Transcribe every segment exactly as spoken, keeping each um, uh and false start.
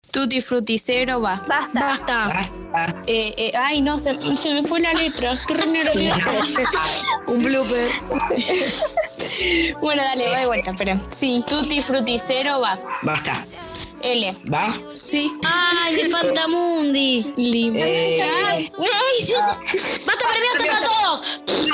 Tutti Frutti cero va. Basta. Basta. Basta. Eh, eh, ay, no, se, se me fue la letra. Qué re nerviosa. Un blooper. Bueno, dale, va de vuelta, espera. Sí, Tutti Frutti cero va. Basta. L. ¿Va? Sí. Ay, le falta Mundi. Lima. Eh, ¡Basta, premiaste a todos!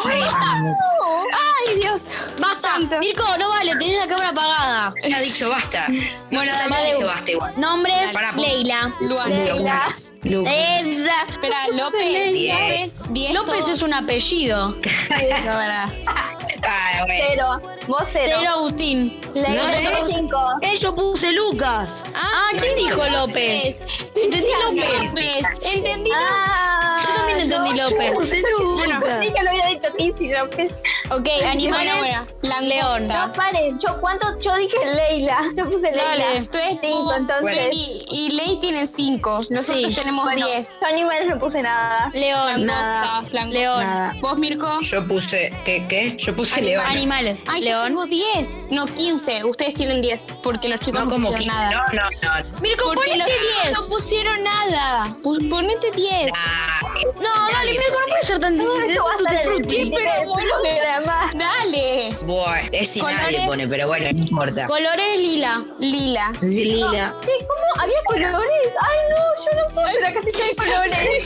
Ay, Dios. ¡Basta! Santo. Mirko, no vale, tenés la cámara apagada. ha dicho basta. Bueno, Yo dale, también dije dale. basta igual. Nombre, Pará, po. Leila. Luan. Leila. Esa. Espera, López. Diez. López. diez. López todos. es un apellido. No, verdad. Ah, bueno. Cero. Vos cero. Cero Agustín. Leila No, tiene cinco. Yo puse Lucas. Ah, ¿quién dijo López? Entendí López. López. Entendí. Ah, Yo también entendí no. López. Bueno, Sí que lo había dicho Tizi López. Ok, animales. bueno, bueno. León. No, paren. Yo, ¿cuánto? Yo dije Leila. Yo puse Leila. Dale. Entonces, Cinco, vos, entonces. Y, y Ley tiene cinco. Nosotros Sí. tenemos Bueno, diez. yo animales no puse nada. León. Langosta, langosta. León. Nada. ¿Vos, Mirko? Yo puse. ¿Qué? ¿Qué? Yo puse Animal. león. Animales. Ay, yo León. tengo diez. No, quince. Ustedes tienen diez. Porque los chicos No, no, como pusieron quince. nada. No, no, no. Mirko, Porque los ponete chicos diez. no pusieron nada. Pu- ponete diez. Ah, No, dale, Mirko, no puede ser tan Todo esto va a estar en el Sí, pero primer boludo. programa. Dale. bueno, es si Colores. nadie pone, pero bueno, no importa. Colores lila. Lila. Lila. ¿Qué? ¿Cómo? ¿Había colores? Ay, no, yo no puse la casilla de colores.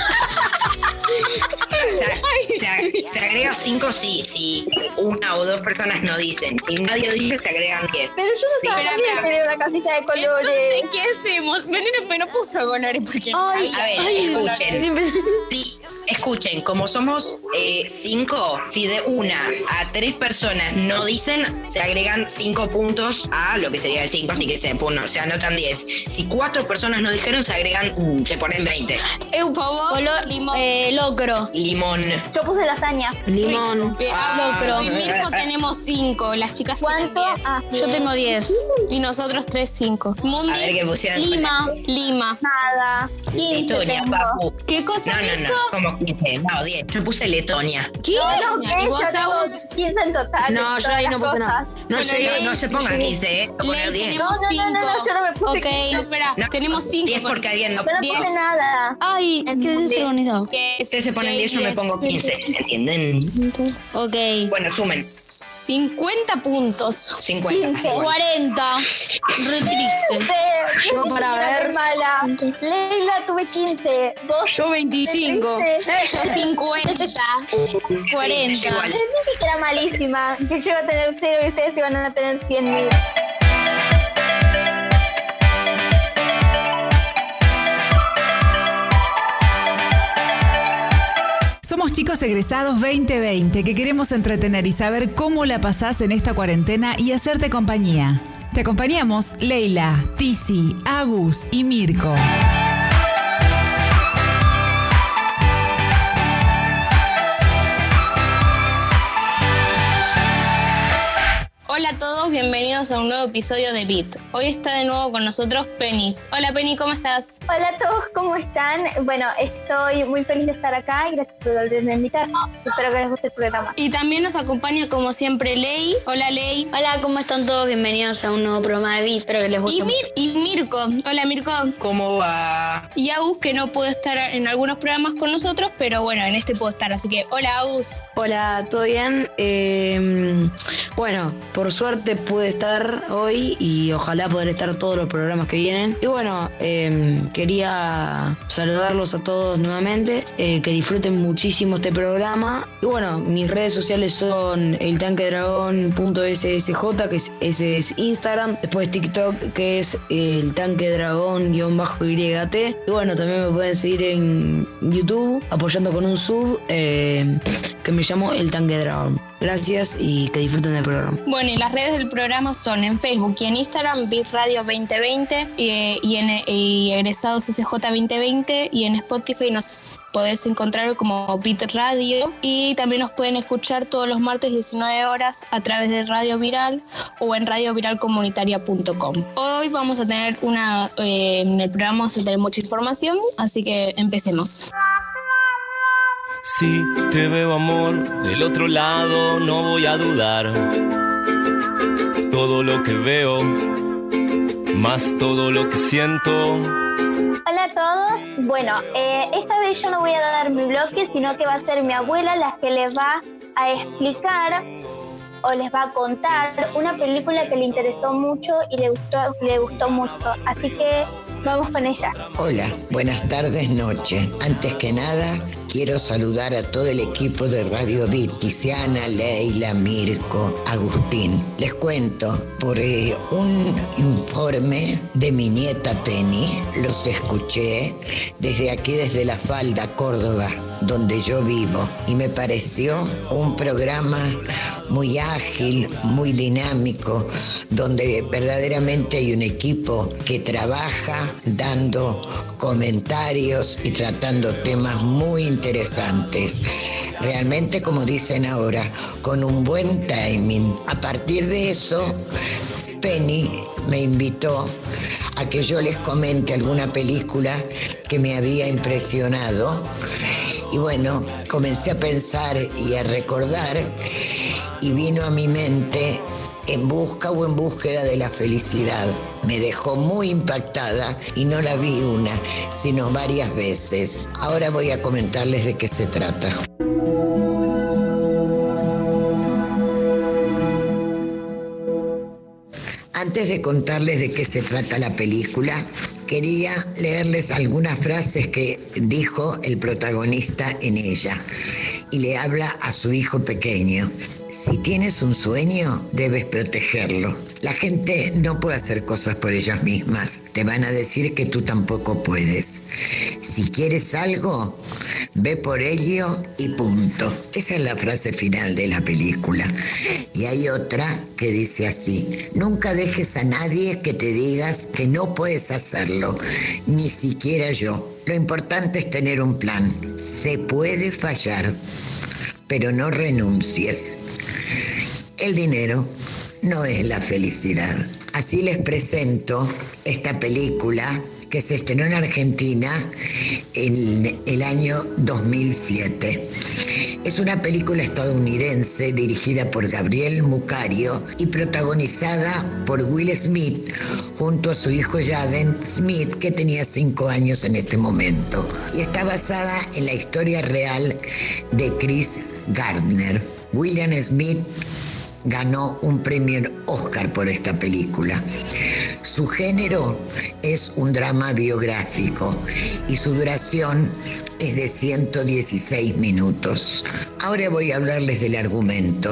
Se, se, se agrega cinco si, si una o dos personas no dicen. Si nadie dice, se agregan diez. Pero yo no sabía espera, espera. que había una casilla de colores. Entonces, ¿qué hacemos? Veneno, pero no puso colores porque no Ay, sabía. A ver, ay, escuchen. Sí, escuchen, como somos eh, cinco, si de una a tres personas no dicen, se agregan cinco puntos a lo que sería el cinco, así que se, pone- se anotan diez. Si cuatro personas no dijeron, se agregan, mm, se ponen veinte. Un favor. Color Limón. eh, locro. Limón. Yo puse lasaña. Limón. Eh, Ah, Locro. Y eh, Mirko eh. tenemos cinco. Las chicas ¿Cuánto? tienen diez. Ah, Yo tengo diez. Y nosotros tres, cinco. Mundi. A ver qué pusieron. Lima. Lima. nada. quince Letonia, tengo. papu. ¿Qué cosa, No, no, Mirko? no, como quince, no, diez. Yo puse Letonia. ¿Qué? No, no, ¿Y que vos, yo tengo Agus? quince en total. No, de yo todas ahí no las puse nada. cosas. No, Bueno, se, Ley, no se pongan quince, ¿eh? Voy a poner Ley, diez. tenemos No, no, no, no, no, yo no me puse Ok, quince. no, espera. No, tenemos cinco. diez porque alguien no. Yo no diez. puse nada. Ay, En qué Mundi. desorganizado. Ustedes se ponen diez, yo me pongo quince, ¿entienden? Ok. Bueno, sumen. cincuenta puntos. cincuenta. quince. igual. cuarenta. Re triste. Yo para ver. mala. Leila tuve quince. Vos Yo veinticinco. Yo cincuenta. cuarenta. Igual. Les dije que era malísima, que yo iba a tener cero y ustedes iban a tener cien mil. Somos chicos egresados veinte veinte que queremos entretener y saber cómo la pasás en esta cuarentena y hacerte compañía. Te acompañamos Leila, Tizi, Agus y Mirko. Hola a todos, bienvenidos a un nuevo episodio de Beat. Hoy está de nuevo con nosotros Penny. Hola Penny, ¿cómo estás? Hola a todos, ¿cómo están? Bueno, estoy muy feliz de estar acá y gracias por volverme a invitar. Espero que les guste el programa. Y también nos acompaña como siempre Ley. Hola Ley. Hola, ¿cómo están todos? Bienvenidos a un nuevo programa de Beat. Espero que les guste. Y, Mir y Mirko. Hola Mirko. ¿Cómo va? Y Agus, que no pudo estar en algunos programas con nosotros, pero bueno, en este puedo estar. Así que hola Agus. Hola, ¿todo bien? Eh, bueno, por suerte pude estar hoy y ojalá poder estar todos los programas que vienen. Y bueno, eh, quería saludarlos a todos nuevamente, eh, que disfruten muchísimo este programa. Y bueno, mis redes sociales son eltanquedragón punto s s j, que es, ese es Instagram. Después TikTok, que es eltanquedragón-yt. Y bueno, también me pueden seguir en YouTube apoyando con un sub eh, que me llamo El Tanque Dragón. Gracias y que disfruten del programa. Bueno, y las redes del programa son en Facebook y en Instagram, Beat Radio veinte veinte, y, y en y Egresados S J veinte veinte, y en Spotify nos podés encontrar como Beat Radio, y también nos pueden escuchar todos los martes diecinueve horas a través de Radio Viral o en radio viral comunitaria punto com. Hoy vamos a tener una, eh, en el programa vamos a tener mucha información, así que empecemos. Si te veo amor del otro lado, no voy a dudar. Todo lo que veo más todo lo que siento. Hola a todos. Bueno, eh, esta vez yo no voy a dar mi bloque, sino que va a ser mi abuela la que les va a explicar o les va a contar una película que le interesó mucho y le gustó, le gustó mucho. Así que vamos con ella. Hola, buenas tardes, noche. Antes que nada, quiero saludar a todo el equipo de Radio Beat, Tiziana, Leila, Mirko, Agustín. Les cuento, por eh, un informe de mi nieta Penny, los escuché desde aquí, desde La Falda, Córdoba, donde yo vivo, y me pareció un programa muy ágil, muy dinámico, donde verdaderamente hay un equipo que trabaja dando comentarios y tratando temas muy interesantes. Realmente, como dicen ahora, con un buen timing. A partir de eso, Penny me invitó a que yo les comente alguna película que me había impresionado. Y bueno, comencé a pensar y a recordar, y vino a mi mente En busca o en búsqueda de la felicidad. Me dejó muy impactada y no la vi una, sino varias veces. Ahora voy a comentarles de qué se trata. Antes de contarles de qué se trata la película, quería leerles algunas frases que dijo el protagonista en ella, y le habla a su hijo pequeño. Si tienes un sueño, debes protegerlo. La gente no puede hacer cosas por ellas mismas. Te van a decir que tú tampoco puedes. Si quieres algo, ve por ello y punto. Esa es la frase final de la película. Y hay otra que dice así: nunca dejes a nadie que te digas que no puedes hacerlo, ni siquiera yo. Lo importante es tener un plan. Se puede fallar, pero no renuncies. El dinero no es la felicidad. Así les presento esta película que se estrenó en Argentina en el año dos mil siete. Es una película estadounidense dirigida por Gabriel Mucario y protagonizada por Will Smith junto a su hijo Jaden Smith, que tenía cinco años en este momento. Y está basada en la historia real de Chris Gardner. William Smith ganó un premio Oscar por esta película. Su género es un drama biográfico y su duración es de ciento dieciséis minutos. Ahora voy a hablarles del argumento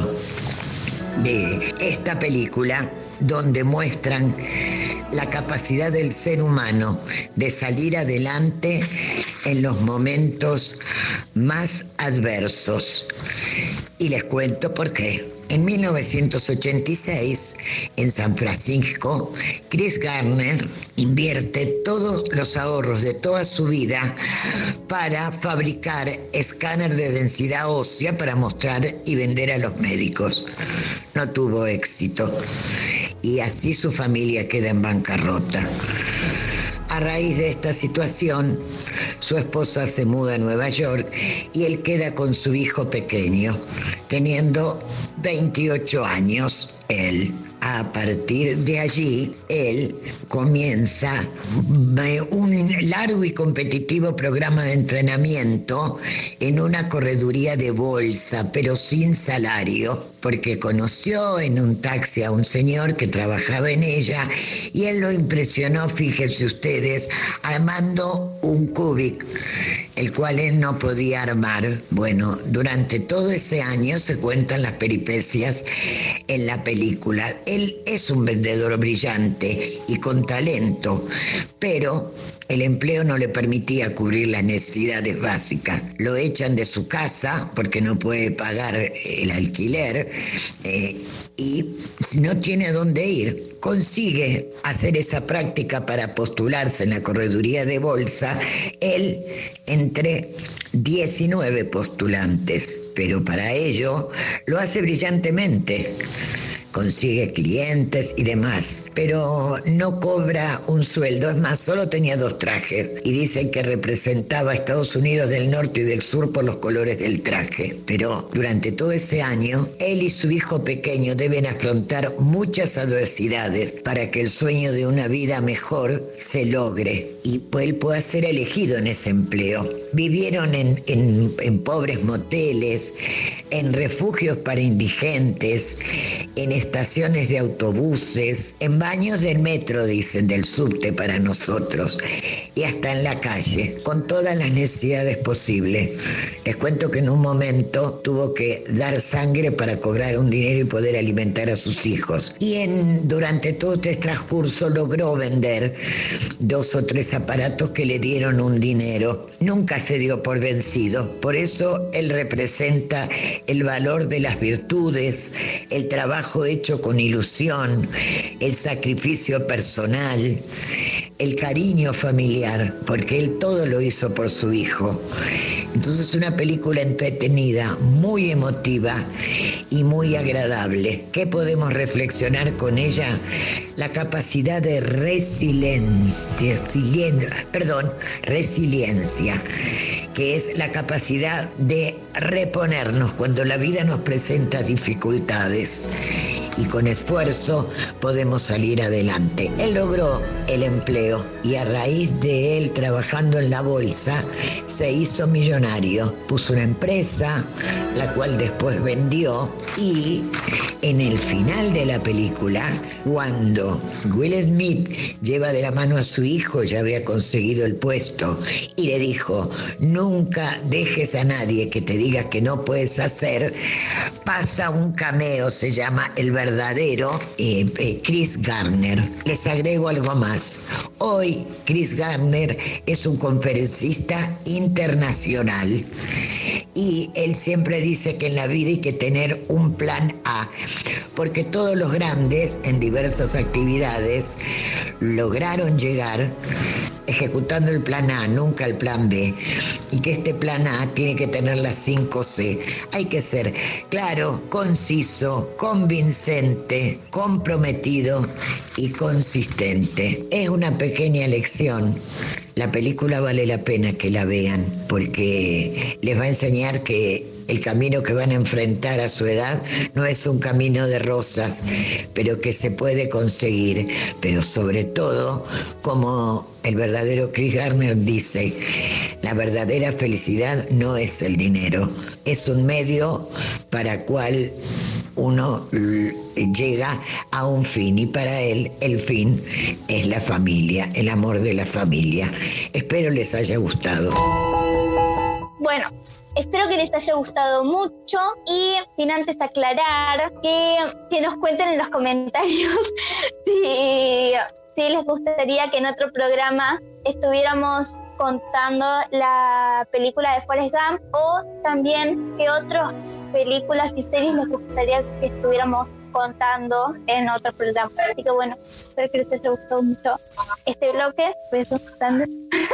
de esta película, donde muestran la capacidad del ser humano de salir adelante en los momentos más adversos. Y les cuento por qué. En mil novecientos ochenta y seis, en San Francisco, Chris Gardner invierte todos los ahorros de toda su vida para fabricar escáner de densidad ósea para mostrar y vender a los médicos. No tuvo éxito y así su familia queda en bancarrota. A raíz de esta situación, su esposa se muda a Nueva York y él queda con su hijo pequeño, teniendo veintiocho años él. A partir de allí, él comienza un largo y competitivo programa de entrenamiento en una correduría de bolsa, pero sin salario, porque conoció en un taxi a un señor que trabajaba en ella y él lo impresionó, fíjense ustedes, armando un Cubic, el cual él no podía armar. Bueno, durante todo ese año se cuentan las peripecias en la película. Él es un vendedor brillante y con talento, pero el empleo no le permitía cubrir las necesidades básicas. Lo echan de su casa porque no puede pagar el alquiler eh, y no tiene a dónde ir. Consigue hacer esa práctica para postularse en la correduría de bolsa. Él, entre diecinueve postulantes, pero para ello lo hace brillantemente. Consigue clientes y demás, pero no cobra un sueldo. Es más, solo tenía dos trajes y dicen que representaba a Estados Unidos del norte y del sur por los colores del traje. Pero durante todo ese año, él y su hijo pequeño deben afrontar muchas adversidades para que el sueño de una vida mejor se logre y él pueda ser elegido en ese empleo. Vivieron en, en, en pobres moteles, en refugios para indigentes, en estaciones de autobuses, en baños del metro, dicen, del subte para nosotros, y hasta en la calle, con todas las necesidades posibles. Les cuento que en un momento tuvo que dar sangre para cobrar un dinero y poder alimentar a sus hijos. Y en, durante todo este transcurso logró vender dos o tres aparatos que le dieron un dinero. Nunca se dio por vencido. Por eso él representa el valor de las virtudes, el trabajo hecho con ilusión, el sacrificio personal, el cariño familiar, porque él todo lo hizo por su hijo. Entonces, una película entretenida, muy emotiva y muy agradable. ¿Qué podemos reflexionar con ella? La capacidad de resiliencia, resilien, perdón, resiliencia, que es la capacidad de reponernos cuando la vida nos presenta dificultades, y con esfuerzo podemos salir adelante. Él logró el empleo y a raíz de él trabajando en la bolsa se hizo millonario. Puso una empresa, la cual después vendió, y en el final de la película, cuando Will Smith lleva de la mano a su hijo, ya había conseguido el puesto, y le dijo: nunca dejes a nadie que te diga que no puedes hacer, pasa un cameo, se llama El Verdadero, eh, eh, Chris Gardner. Les agrego algo más. Hoy Chris Gardner es un conferencista internacional y él siempre dice que en la vida hay que tener un plan A, porque todos los grandes en diversas actividades lograron llegar ejecutando el plan A, nunca el plan B, y que este plan A tiene que tener las cinco C. Hay que ser claro, conciso, convincente, comprometido y consistente. Es una pequeña lección. La película vale la pena que la vean porque les va a enseñar que el camino que van a enfrentar a su edad no es un camino de rosas, pero que se puede conseguir. Pero sobre todo, como el verdadero Chris Gardner dice, la verdadera felicidad no es el dinero, es un medio para cual uno llega a un fin, y para él el fin es la familia, el amor de la familia. Espero les haya gustado. Bueno, espero que les haya gustado mucho y sin antes aclarar que, que nos cuenten en los comentarios si, si les gustaría que en otro programa estuviéramos contando la película de Forrest Gump, o también qué otras películas y series les gustaría que estuviéramos contando en otro programa. Así que bueno, espero que les haya gustado mucho este bloque. Besos grandes.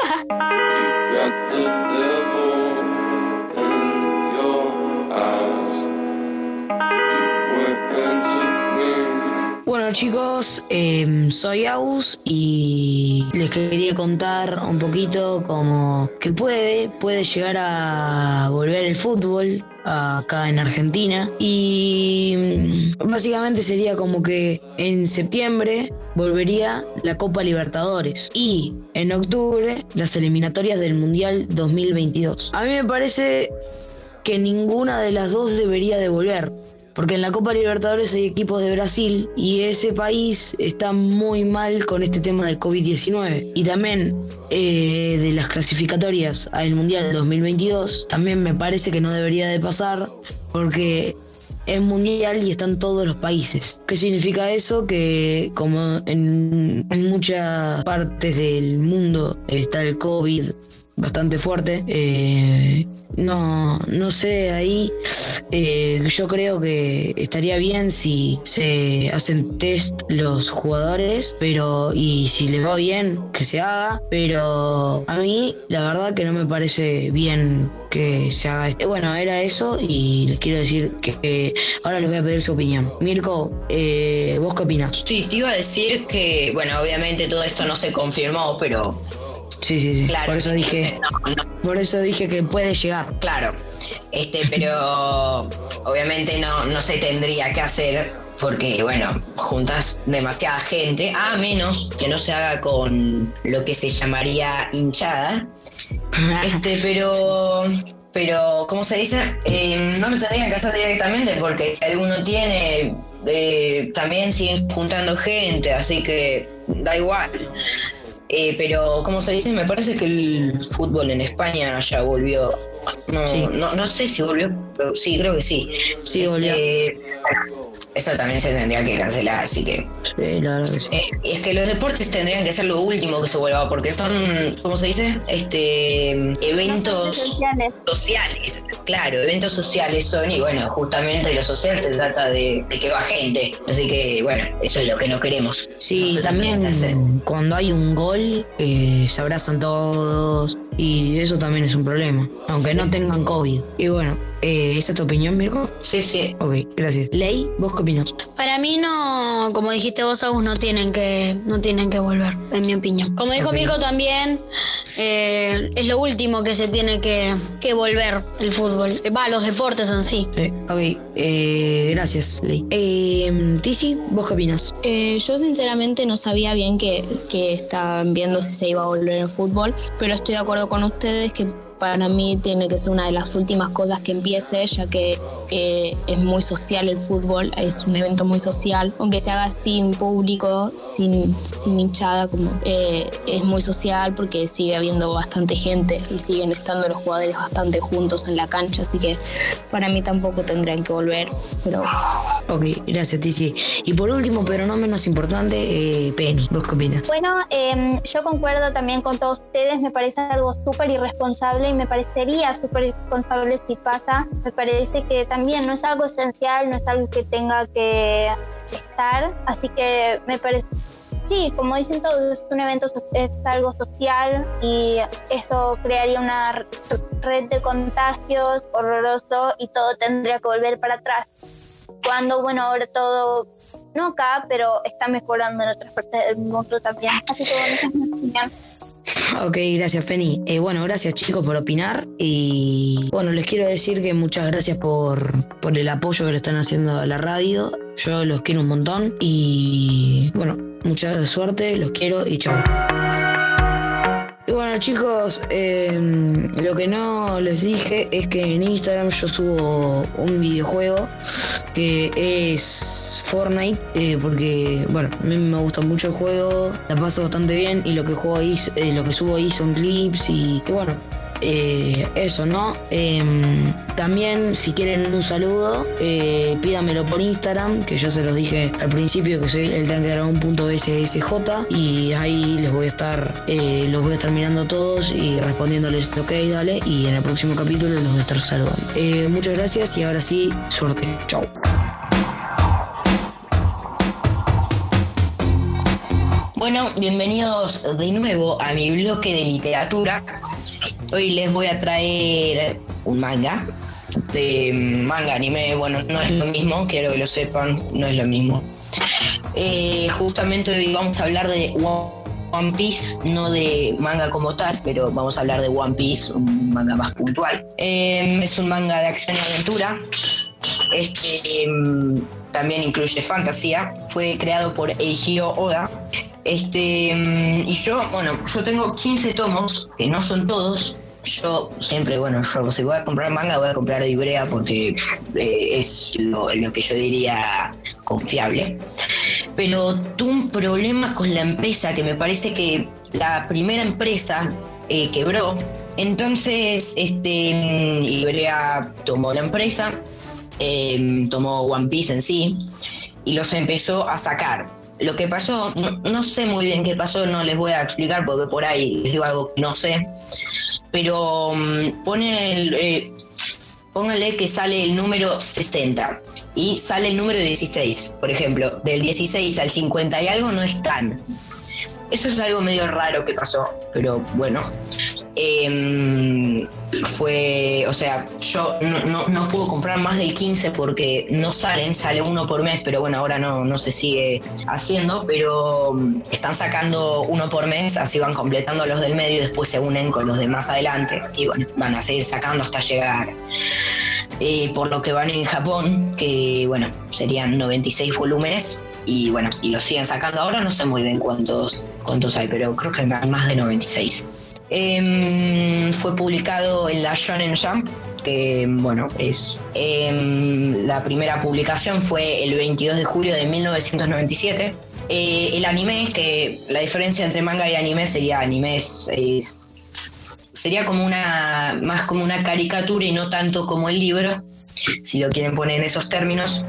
Bueno chicos, eh, soy Agus y les quería contar un poquito como que puede, puede llegar a volver el fútbol acá en Argentina, y básicamente sería como que en septiembre volvería la Copa Libertadores y en octubre las eliminatorias del Mundial dos mil veintidós. A mí me parece que ninguna de las dos debería de volver, porque en la Copa Libertadores hay equipos de Brasil y ese país está muy mal con este tema del covid diecinueve. Y también eh, de las clasificatorias al Mundial dos mil veintidós, también me parece que no debería de pasar, porque es mundial y están todos los países. ¿Qué significa eso? Que como en, en muchas partes del mundo está el COVID bastante fuerte. Eh, no, no sé, ahí eh, yo creo que estaría bien si se hacen test los jugadores, pero y si les va bien, que se haga, pero a mí la verdad que no me parece bien que se haga esto. Bueno, era eso y les quiero decir que, que ahora les voy a pedir su opinión. Mirko, eh, ¿vos qué opinas? Sí, te iba a decir que, bueno, obviamente todo esto no se confirmó, pero... Sí, sí, sí. Claro, por eso dije, no, no. por eso dije que puede llegar. Claro, este, pero obviamente no, no se tendría que hacer porque, bueno, juntas demasiada gente, a menos que no se haga con lo que se llamaría hinchada. Este, pero, pero, ¿cómo se dice? Eh, no lo tendrían que hacer directamente porque si alguno tiene, eh, también siguen juntando gente, así que da igual. Eh, pero, como se dice, me parece que el fútbol en España ya volvió. No, sí. no, no sé si volvió, pero sí, creo que sí. Sí, volvió. Este, eso también se tendría que cancelar, así que... Sí, la verdad que sí. Eh, es que los deportes tendrían que ser lo último que se vuelva, porque son, ¿cómo se dice? Este, eventos sociales. sociales. Claro, eventos sociales son, y bueno, justamente lo social se trata de, de que va gente. Así que, bueno, eso es lo que no queremos. Sí, Entonces, también cuando hay un gol, eh, se abrazan todos y eso también es un problema, aunque sí. no tengan COVID. Y bueno, eh, ¿esa es tu opinión, Mirko? Sí, sí. Ok, gracias. Ley, ¿vos qué opinas? Para mí no, como dijiste vos, Agus, no tienen que, no tienen que volver, en mi opinión. Como dijo okay. Mirko también, eh, es lo último que se tiene que, que volver el fútbol. Va, los deportes en sí. Sí, ok. Eh, gracias, Ley. Eh, Tizi, ¿vos qué opinas? Eh, yo sinceramente no sabía bien que, que estaban viendo si se iba a volver el fútbol, pero estoy de acuerdo con ustedes que para mí tiene que ser una de las últimas cosas que empiece, ya que eh, es muy social el fútbol, es un evento muy social, aunque se haga sin público, sin, sin hinchada, como eh, es muy social porque sigue habiendo bastante gente y siguen estando los jugadores bastante juntos en la cancha, así que para mí tampoco tendrían que volver, pero... Ok, gracias, Tizi. Y por último, pero no menos importante, eh, Penny, ¿vos qué opinas? Bueno, eh, yo concuerdo también con todos ustedes, me parece algo súper irresponsable y me parecería súper irresponsable si pasa. Me parece que también no es algo esencial, no es algo que tenga que estar, así que me parece... Sí, como dicen todos, es un evento, es algo social y eso crearía una red de contagios horroroso y todo tendría que volver para atrás. Cuando, bueno, ahora todo, no acá, pero está mejorando en otras partes del mundo también. Así que bueno, esa es mi opinión. Ok, gracias, Penny. Eh, bueno, gracias, chicos, por opinar. Y bueno, les quiero decir que muchas gracias por, por el apoyo que le están haciendo a la radio. Yo los quiero un montón. Y bueno, mucha suerte, los quiero y chao. Y bueno, chicos, eh, lo que no les dije es que en Instagram yo subo un videojuego que es Fortnite, eh, porque, bueno, a mí me gusta mucho el juego, la paso bastante bien y lo que juego ahí, eh, lo que subo ahí son clips y, y bueno, eh, eso, ¿no? Eh, también, si quieren un saludo, eh, pídamelo por Instagram, que ya se los dije al principio, que soy el tanquedragón punto s s j y ahí les voy a estar, eh, los voy a estar mirando todos y respondiéndoles ok, dale, y en el próximo capítulo los voy a estar saludando. Eh, muchas gracias y ahora sí, suerte. Chao. Bueno, bienvenidos de nuevo a mi bloque de literatura. Hoy les voy a traer un manga. De manga, anime, bueno, no es lo mismo, quiero que lo sepan, no es lo mismo. Eh, justamente hoy vamos a hablar de One Piece, no de manga como tal, pero vamos a hablar de One Piece, un manga más puntual. Eh, es un manga de acción y aventura. Este eh, también incluye fantasía. Fue creado por Eiichiro Oda. Este, y yo, bueno, yo tengo quince tomos, que no son todos. Yo siempre, bueno, yo si voy a comprar manga voy a comprar de Ibrea porque eh, es lo, lo que yo diría confiable. Pero tuve un problema con la empresa, que me parece que la primera empresa eh, quebró. Entonces, este, Ibrea tomó la empresa, eh, tomó One Piece en sí y los empezó a sacar. lo que pasó, no, no sé muy bien qué pasó, no les voy a explicar porque por ahí les digo algo que no sé, pero um, pone el, eh, póngale que sale el número sesenta y sale el número dieciséis, por ejemplo, del dieciséis al cincuenta y algo no están. Eso es algo medio raro que pasó, pero bueno, eh, fue, o sea, yo no, no, no puedo comprar más del quince porque no salen, sale uno por mes, pero bueno, ahora no, no se sigue haciendo, pero están sacando uno por mes, así van completando los del medio y después se unen con los de más adelante, y bueno, van a seguir sacando hasta llegar, eh, por lo que van en Japón, que bueno, serían noventa y seis volúmenes. Y bueno, y los siguen sacando ahora, no sé muy bien cuántos, cuántos hay, pero creo que hay más de noventa y seis. Eh, fue publicado en la Shonen Jump, que bueno, es eh, la primera publicación fue el veintidós de julio de mil novecientos noventa y siete. Eh, el anime, que la diferencia entre manga y anime sería anime es, es, sería como una, más como una caricatura y no tanto como el libro, si lo quieren poner en esos términos.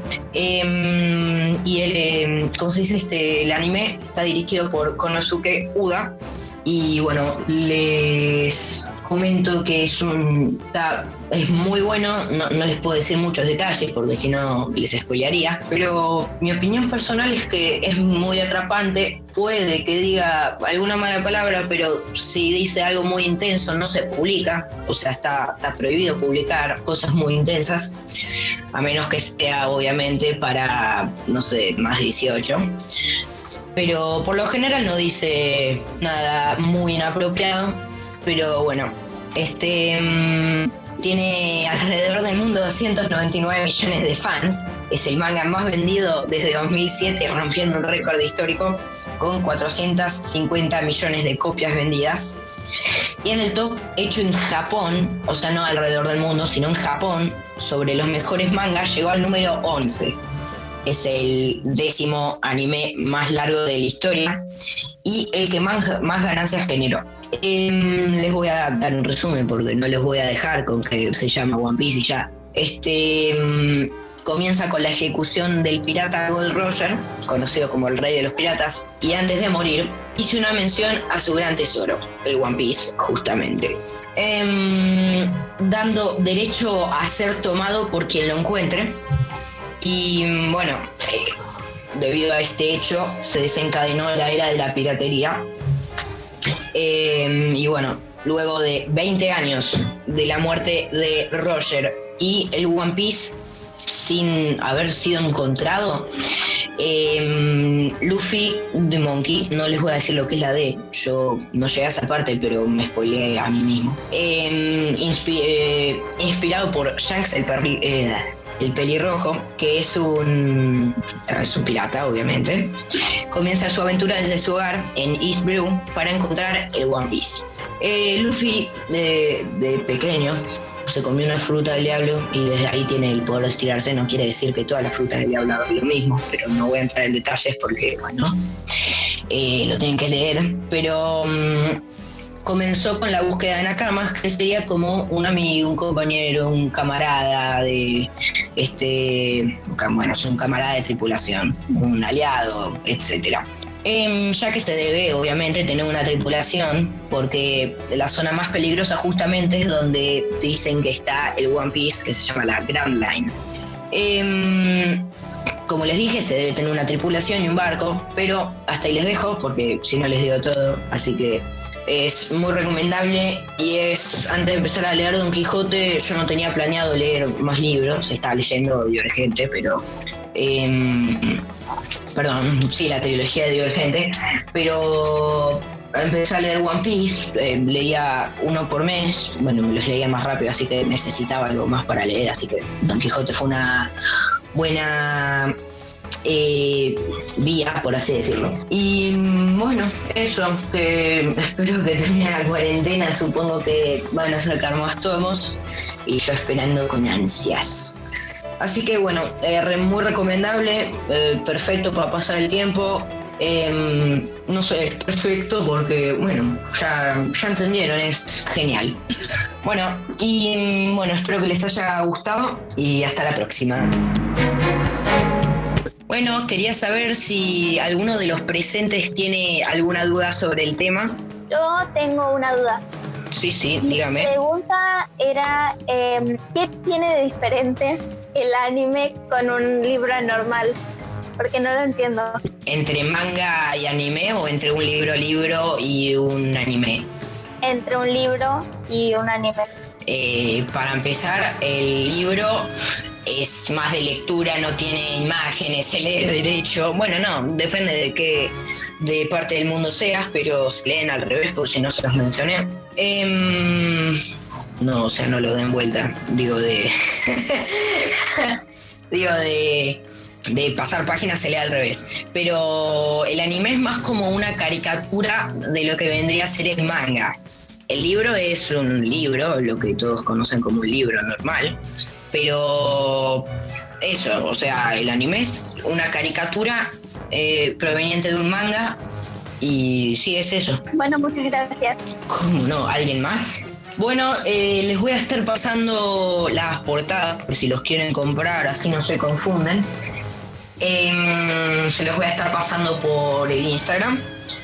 Eh, y el, eh, ¿cómo se dice? Este, el anime está dirigido por Konosuke Uda. Y bueno, les comento que es un está, es muy bueno, no, no les puedo decir muchos detalles porque si no les spoilearía, pero mi opinión personal es que es muy atrapante. Puede que diga alguna mala palabra, pero si dice algo muy intenso no se publica, o sea, está, está prohibido publicar cosas muy intensas, a menos que sea obviamente para, no sé, más dieciocho. Pero por lo general no dice nada muy inapropiado, pero bueno, este mmm, tiene alrededor del mundo doscientos noventa y nueve millones de fans, es el manga más vendido desde dos mil siete, rompiendo un récord histórico con cuatrocientos cincuenta millones de copias vendidas. Y en el top hecho en Japón, o sea no alrededor del mundo, sino en Japón, sobre los mejores mangas llegó al número once. Es el décimo anime más largo de la historia y el que más, más ganancias generó. Eh, les voy a dar un resumen porque no les voy a dejar con que se llama One Piece y ya. Este um, comienza con la ejecución del pirata Gold Roger, conocido como el rey de los piratas, y antes de morir hizo una mención a su gran tesoro, el One Piece, justamente. Eh, dando derecho a ser tomado por quien lo encuentre. Y bueno, debido a este hecho se desencadenó la era de la piratería. Eh, y bueno, luego de veinte años de la muerte de Roger y el One Piece sin haber sido encontrado, eh, Luffy the Monkey, no les voy a decir lo que es la D, yo no llegué a esa parte pero me spoileé a mí mismo, eh, inspi- eh, inspirado por Shanks el perri- eh, el pelirrojo, que es un, es un pirata, obviamente, comienza su aventura desde su hogar en East Blue para encontrar el One Piece. Eh, Luffy, de, de pequeño, se comió una fruta del diablo y desde ahí tiene el poder de estirarse. No quiere decir que todas las frutas del diablo hagan lo mismo, pero no voy a entrar en detalles porque, bueno, eh, lo tienen que leer. Pero um, comenzó con la búsqueda de nakamas, que sería como un amigo, un compañero, un camarada de este, bueno, es un camarada de tripulación, un aliado, etcétera. Eh, ya que se debe, obviamente, tener una tripulación, porque la zona más peligrosa justamente es donde dicen que está el One Piece, que se llama la Grand Line. Eh, como les dije, se debe tener una tripulación y un barco, pero hasta ahí les dejo, porque si no les digo todo, así que es muy recomendable. Y es, antes de empezar a leer Don Quijote, yo no tenía planeado leer más libros, estaba leyendo Divergente, pero... Eh, perdón, sí, la trilogía de Divergente, pero empecé a leer One Piece, eh, leía uno por mes, bueno, me los leía más rápido, así que necesitaba algo más para leer, así que Don Quijote fue una buena eh, vía, por así decirlo. Y bueno, eso, que espero que termine la cuarentena, supongo que van a sacar más tomos, y yo esperando con ansias. Así que bueno, eh, muy recomendable, eh, perfecto para pasar el tiempo. Eh, no sé, es perfecto porque, bueno, ya, ya entendieron, es genial. Bueno, y bueno, espero que les haya gustado y hasta la próxima. Bueno, quería saber si alguno de los presentes tiene alguna duda sobre el tema. Yo tengo una duda. Sí, sí, dígame. Mi pregunta era, eh, ¿qué tiene de diferente el anime con un libro normal? Porque no lo entiendo. ¿Entre manga y anime o entre un libro libro y un anime? Entre un libro y un anime. Eh, para empezar, el libro es más de lectura, no tiene imágenes, se lee derecho. Bueno, no, depende de qué de parte del mundo seas, pero se leen al revés, por si no se los mencioné. Eh, no, o sea, no lo den vuelta. Digo de... digo de... de pasar páginas se lee al revés. Pero el anime es más como una caricatura de lo que vendría a ser el manga. El libro es un libro, lo que todos conocen como un libro normal, pero eso, o sea, el anime es una caricatura eh, proveniente de un manga y sí, es eso. Bueno, muchas gracias. ¿Cómo no? ¿Alguien más? Bueno, eh, les voy a estar pasando las portadas por si los quieren comprar, así no se confunden. Eh, se los voy a estar pasando por el Instagram.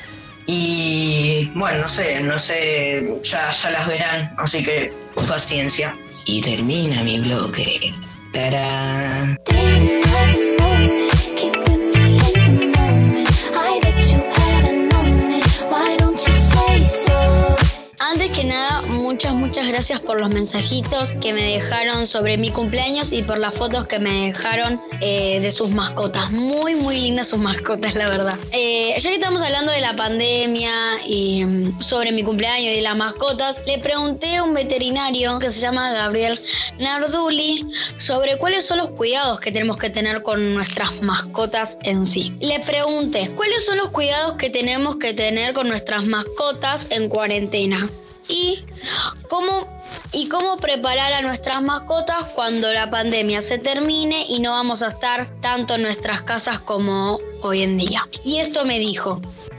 Y bueno, no sé, no sé, ya, ya las verán, así que paciencia. Y termina mi bloque. ¡Tarán! Antes que nada, muchas, muchas gracias por los mensajitos que me dejaron sobre mi cumpleaños y por las fotos que me dejaron eh, de sus mascotas. Muy, muy lindas sus mascotas, la verdad. Eh, ya que estamos hablando de la pandemia y um, sobre mi cumpleaños y de las mascotas, le pregunté a un veterinario que se llama Gabriel Narduli sobre cuáles son los cuidados que tenemos que tener con nuestras mascotas en sí. Le pregunté, ¿cuáles son los cuidados que tenemos que tener con nuestras mascotas en cuarentena? Y cómo, y cómo preparar a nuestras mascotas cuando la pandemia se termine y no vamos a estar tanto en nuestras casas como hoy en día. Y esto me dijo.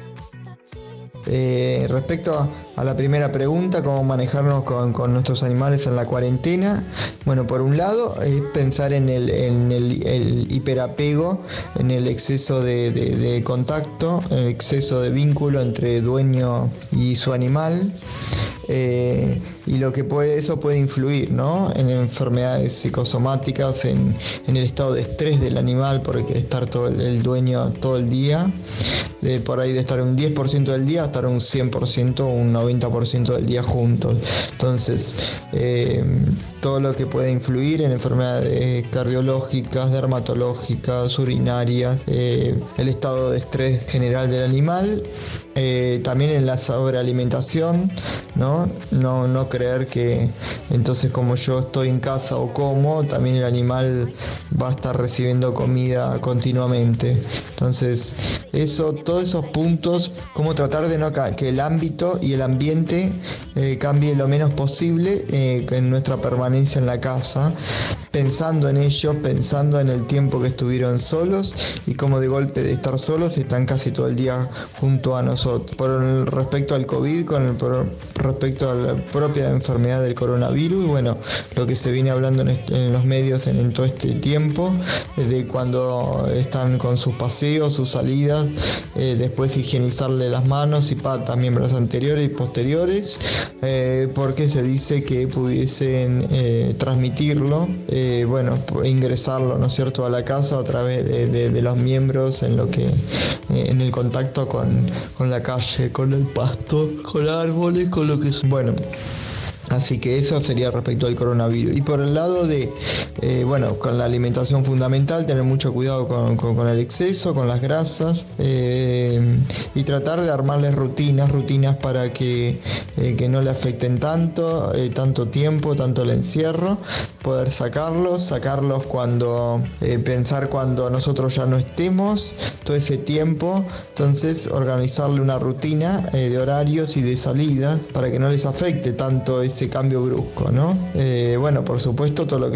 Eh, respecto a la primera pregunta, cómo manejarnos con, con nuestros animales en la cuarentena, bueno, por un lado es pensar en el, en el, el hiperapego, en el exceso de, de, de contacto, el exceso de vínculo entre dueño y su animal. Eh, y lo que puede, eso puede influir, ¿no?, en enfermedades psicosomáticas, en, en el estado de estrés del animal, porque estar todo el, el dueño todo el día, de por ahí de estar un diez por ciento del día a estar un cien por ciento o un noventa por ciento del día juntos. Entonces, eh, todo lo que puede influir en enfermedades cardiológicas, dermatológicas, urinarias, eh, el estado de estrés general del animal. Eh, también en la sobrealimentación, ¿no? No, no creer que entonces como yo estoy en casa o como, también el animal va a estar recibiendo comida continuamente. Entonces, eso, todos esos puntos, cómo tratar de no que el ámbito y el ambiente eh, cambie lo menos posible eh, en nuestra permanencia en la casa, pensando en ellos, pensando en el tiempo que estuvieron solos y cómo de golpe de estar solos están casi todo el día junto a nosotros. Por respecto al COVID, con el, por respecto a la propia enfermedad del coronavirus, bueno, lo que se viene hablando en, este, en los medios en, en todo este tiempo, de cuando están con sus paseos, sus salidas, eh, después higienizarle las manos y patas, miembros anteriores y posteriores, eh, porque se dice que pudiesen eh, transmitirlo, eh, bueno, ingresarlo, ¿no es cierto?, a la casa a través de, de, de los miembros en lo que, eh, en el contacto con, con la calle, con el pasto, con árboles, con lo que es. Bueno, así que eso sería respecto al coronavirus. Y por el lado de, eh, bueno, con la alimentación fundamental, tener mucho cuidado con, con, con el exceso, con las grasas, eh, y tratar de armarles rutinas, rutinas para que, eh, que no le afecten tanto, eh, tanto tiempo, tanto el encierro, poder sacarlos, sacarlos cuando, eh, pensar cuando nosotros ya no estemos, todo ese tiempo, entonces organizarle una rutina eh, de horarios y de salida para que no les afecte tanto ese cambio brusco, ¿no? Eh, bueno, por supuesto, todo lo que sea prevención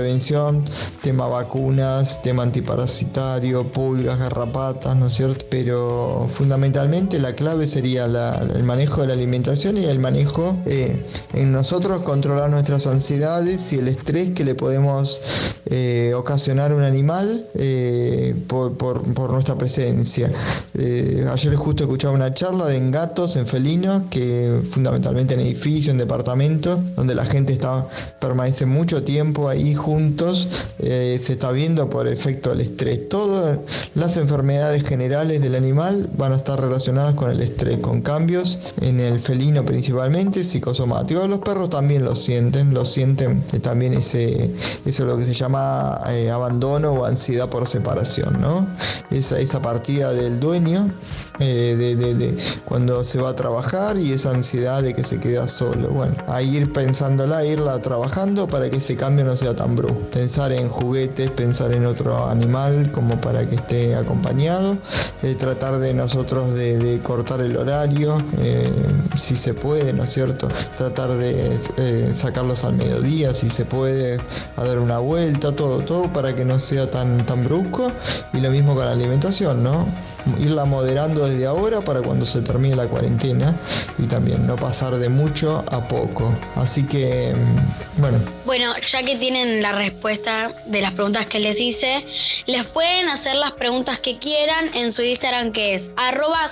prevención, tema vacunas, tema antiparasitario, pulgas, garrapatas, ¿no es cierto? Pero fundamentalmente la clave sería la, el manejo de la alimentación y el manejo eh, en nosotros, controlar nuestras ansiedades y el estrés que le podemos eh, ocasionar a un animal eh, por, por, por nuestra presencia. Eh, ayer justo escuchaba una charla de en gatos, en felinos, que fundamentalmente en edificios, en departamentos, donde la gente está permanece mucho tiempo ahí juntos, eh, se está viendo por efecto del estrés. Todas las enfermedades generales del animal van a estar relacionadas con el estrés, con cambios en el felino principalmente, psicosomáticos. Los perros también lo sienten, lo sienten eh, también ese, eso es lo que se llama eh, abandono o ansiedad por separación, ¿no? Esa, esa partida del dueño eh, de, de, de cuando se va a trabajar y esa ansiedad de que se queda solo. Bueno, a ir pensándola, irla trabajando para que ese cambio no sea tan brusco. Pensar en juguetes, pensar en otro animal como para que esté acompañado, eh, tratar de nosotros de, de cortar el horario, eh, si se puede, ¿no es cierto? Tratar de eh, sacarlos al mediodía, si se puede, a dar una vuelta, todo, todo para que no sea tan, tan brusco. Y lo mismo con la alimentación, ¿no? Irla moderando desde ahora para cuando se termine la cuarentena y también no pasar de mucho a poco. Así que, bueno. Bueno, ya que tienen la respuesta de las preguntas que les hice, les pueden hacer las preguntas que quieran en su Instagram, que es arroba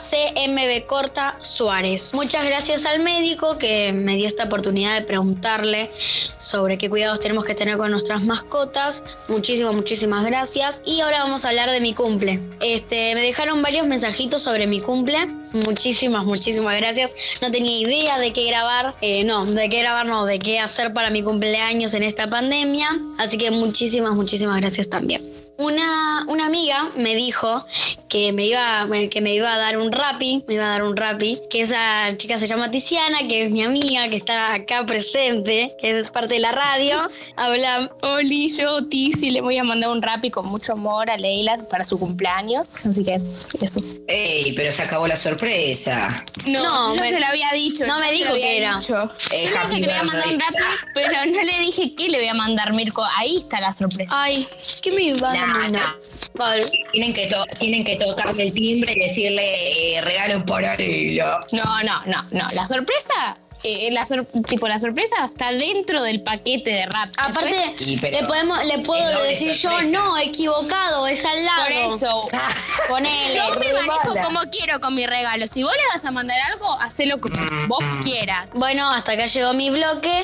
cmbcortasuárez. Muchas gracias al médico que me dio esta oportunidad de preguntarle sobre qué cuidados tenemos que tener con nuestras mascotas. Muchísimas, muchísimas gracias. Y ahora vamos a hablar de mi cumple. Este, me dejaron varios mensajitos sobre mi cumple. Muchísimas, muchísimas gracias. No tenía idea de qué grabar, eh, no, de qué grabar, no, de qué hacer para mi cumpleaños en esta pandemia. Así que muchísimas, muchísimas gracias también. Una, una amiga me dijo que me iba que me iba a dar un Rappi, me iba a dar un Rappi, que esa chica se llama Tiziana, que es mi amiga, que está acá presente, que es parte de la radio. Habla. Oli, yo Tizi le voy a mandar un Rappi con mucho amor a Leila para su cumpleaños, así que eso. Ey, pero se acabó la sorpresa. No, No, yo me- se lo había dicho. no yo me se dijo lo había qué era. dicho. Eh, Yo le happy dije que le iba a mandar un birthday. Rappi, pero no le dije qué le voy a mandar, Mirko. Ahí está la sorpresa. Ay, ¿qué me iba a Nah, mandar? nah. Vale. Tienen que, to- tienen que tocarle el timbre y decirle eh, regalo para Leila. No, no, no, no. La sorpresa, eh, la sor- tipo, la sorpresa está dentro del paquete de Rappi. Aparte, Y, pero, le, podemos, le puedo es doble decir yo, sorpresa. no, equivocado, es al lado. Por eso, Ponele. yo me re manejo mala. como quiero con mi regalo. Si vos le vas a mandar algo, hacelo como vos quieras. Bueno, hasta acá llegó mi bloque.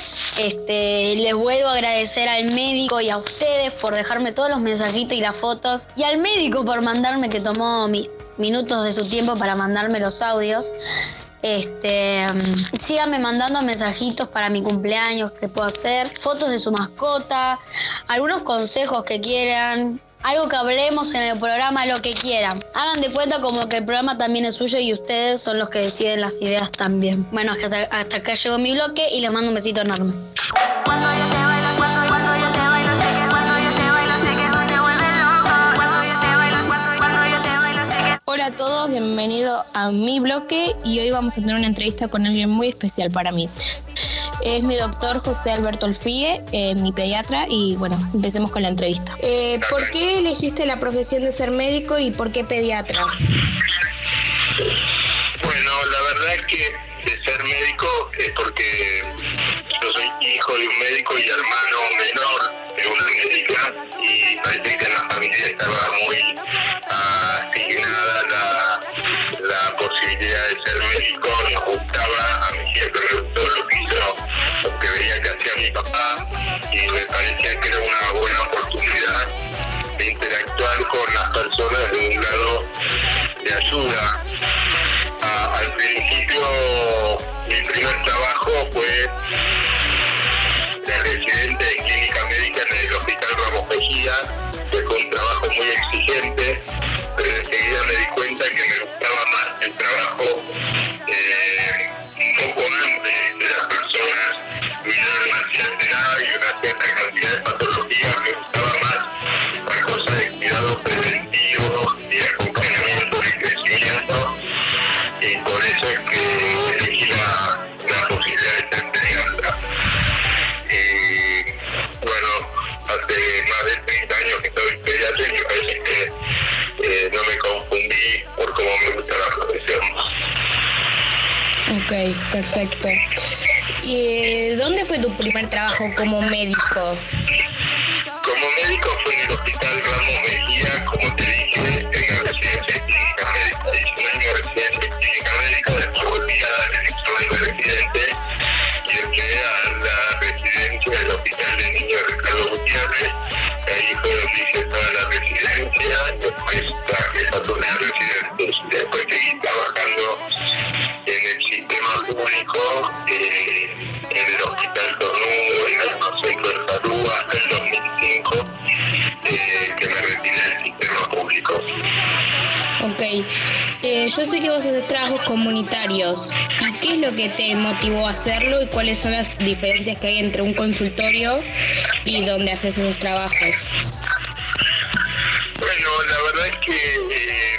Este, les vuelvo a agradecer al médico y a ustedes por dejarme todos los mensajitos y las fotos. Y al médico por mandarme, que tomó mi- minutos de su tiempo para mandarme los audios. Este, mm, síganme mandando mensajitos para mi cumpleaños que puedo hacer, fotos de su mascota, algunos consejos que quieran, algo que hablemos en el programa, lo que quieran. Hagan de cuenta como que el programa también es suyo y ustedes son los que deciden las ideas también. Bueno, hasta, hasta acá llegó mi bloque y les mando un besito enorme. Cuando yo te bailo, cuando, cuando yo te bailo, sé que cuando yo te bailo, sé que tú te vuelves loco. Cuando yo te bailo, cuando, cuando yo te bailo, sé que... Hola a todos, bienvenidos a mi bloque y hoy vamos a tener una entrevista con alguien muy especial para mí. Es mi doctor José Alberto Olfigue, eh, mi pediatra, y bueno, empecemos con la entrevista. Eh, ¿Por qué elegiste la profesión de ser médico y por qué pediatra? Bueno, la verdad es que de ser médico es porque yo soy hijo de un médico y hermano menor de una médica y parece que en la familia estaba muy asignada la, la posibilidad de ser médico. Nos gustaba, a mí siempre me gustó lo que hizo, lo que veía que hacía mi papá y me parecía que era una buena oportunidad de interactuar con las personas de un lado de ayuda. Ah, al principio mi primer trabajo fue de residente de clínica médica en el hospital Ramos Mejía, que fue un trabajo muy exigente, pero enseguida me di cuenta que me gustaba más el trabajo eh, un poco antes de las personas, mirar una cierta edad y una cierta cantidad de patologías. Me gustaba más la cosa de cuidado preventivo y acompañamiento del crecimiento, y por eso es que elegí la, la posibilidad de ser pediatra. Y bueno, hace Perfecto. ¿Y eh, dónde fue tu primer trabajo como médico? Como médico fue en el Hospital Ramos Mejía, como te dije, en la residencia de clínica médica. Hice un año de residencia de clínica médica, después volví a dar el examen de residente y entré a la residencia del Hospital de Niños Ricardo Gutiérrez. Ahí fue donde hice toda la residencia, después trabajé a todas las residentes, después seguí trabajando en el sistema público, eh, en el Hospital Tornudo, en el Centro de Salud, hasta el dos mil cinco, eh, que me retiré del sistema público. Ok. Eh, yo sé que vos haces trabajos comunitarios. ¿Y qué es lo que te motivó a hacerlo y cuáles son las diferencias que hay entre un consultorio y donde haces esos trabajos? Bueno, la verdad es que, eh,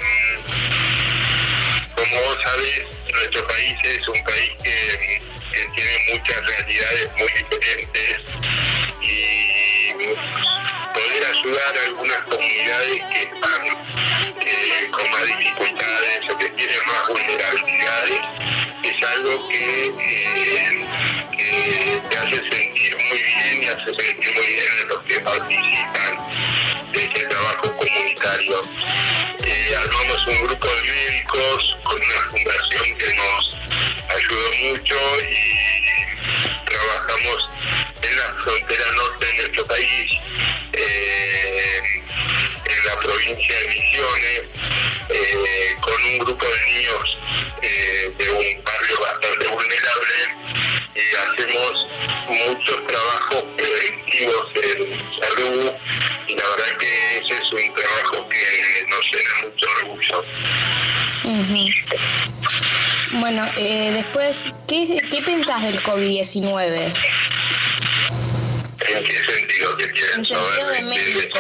como vos sabés, nuestro país es un país que, que tiene muchas realidades muy diferentes y poder ayudar a algunas comunidades que están eh, con más dificultades o que tienen más vulnerabilidades es algo que, eh, que te hace sentir muy bien y hace sentir muy bien a los que participan de ese trabajo comunitario. Eh, armamos un grupo de médicos con una fundación que nos ayudó mucho y trabajamos en la frontera norte de nuestro país, eh, en la provincia de Misiones, eh, con un grupo de niños eh, de un barrio bastante vulnerable y hacemos muchos trabajos preventivos en salud y la verdad que ese es un trabajo que nos llena mucho orgullo. Uh-huh. Bueno, eh, después, ¿qué, ¿qué pensás del COVID diecinueve? ¿En qué sentido que quieren En saber? sentido de médico.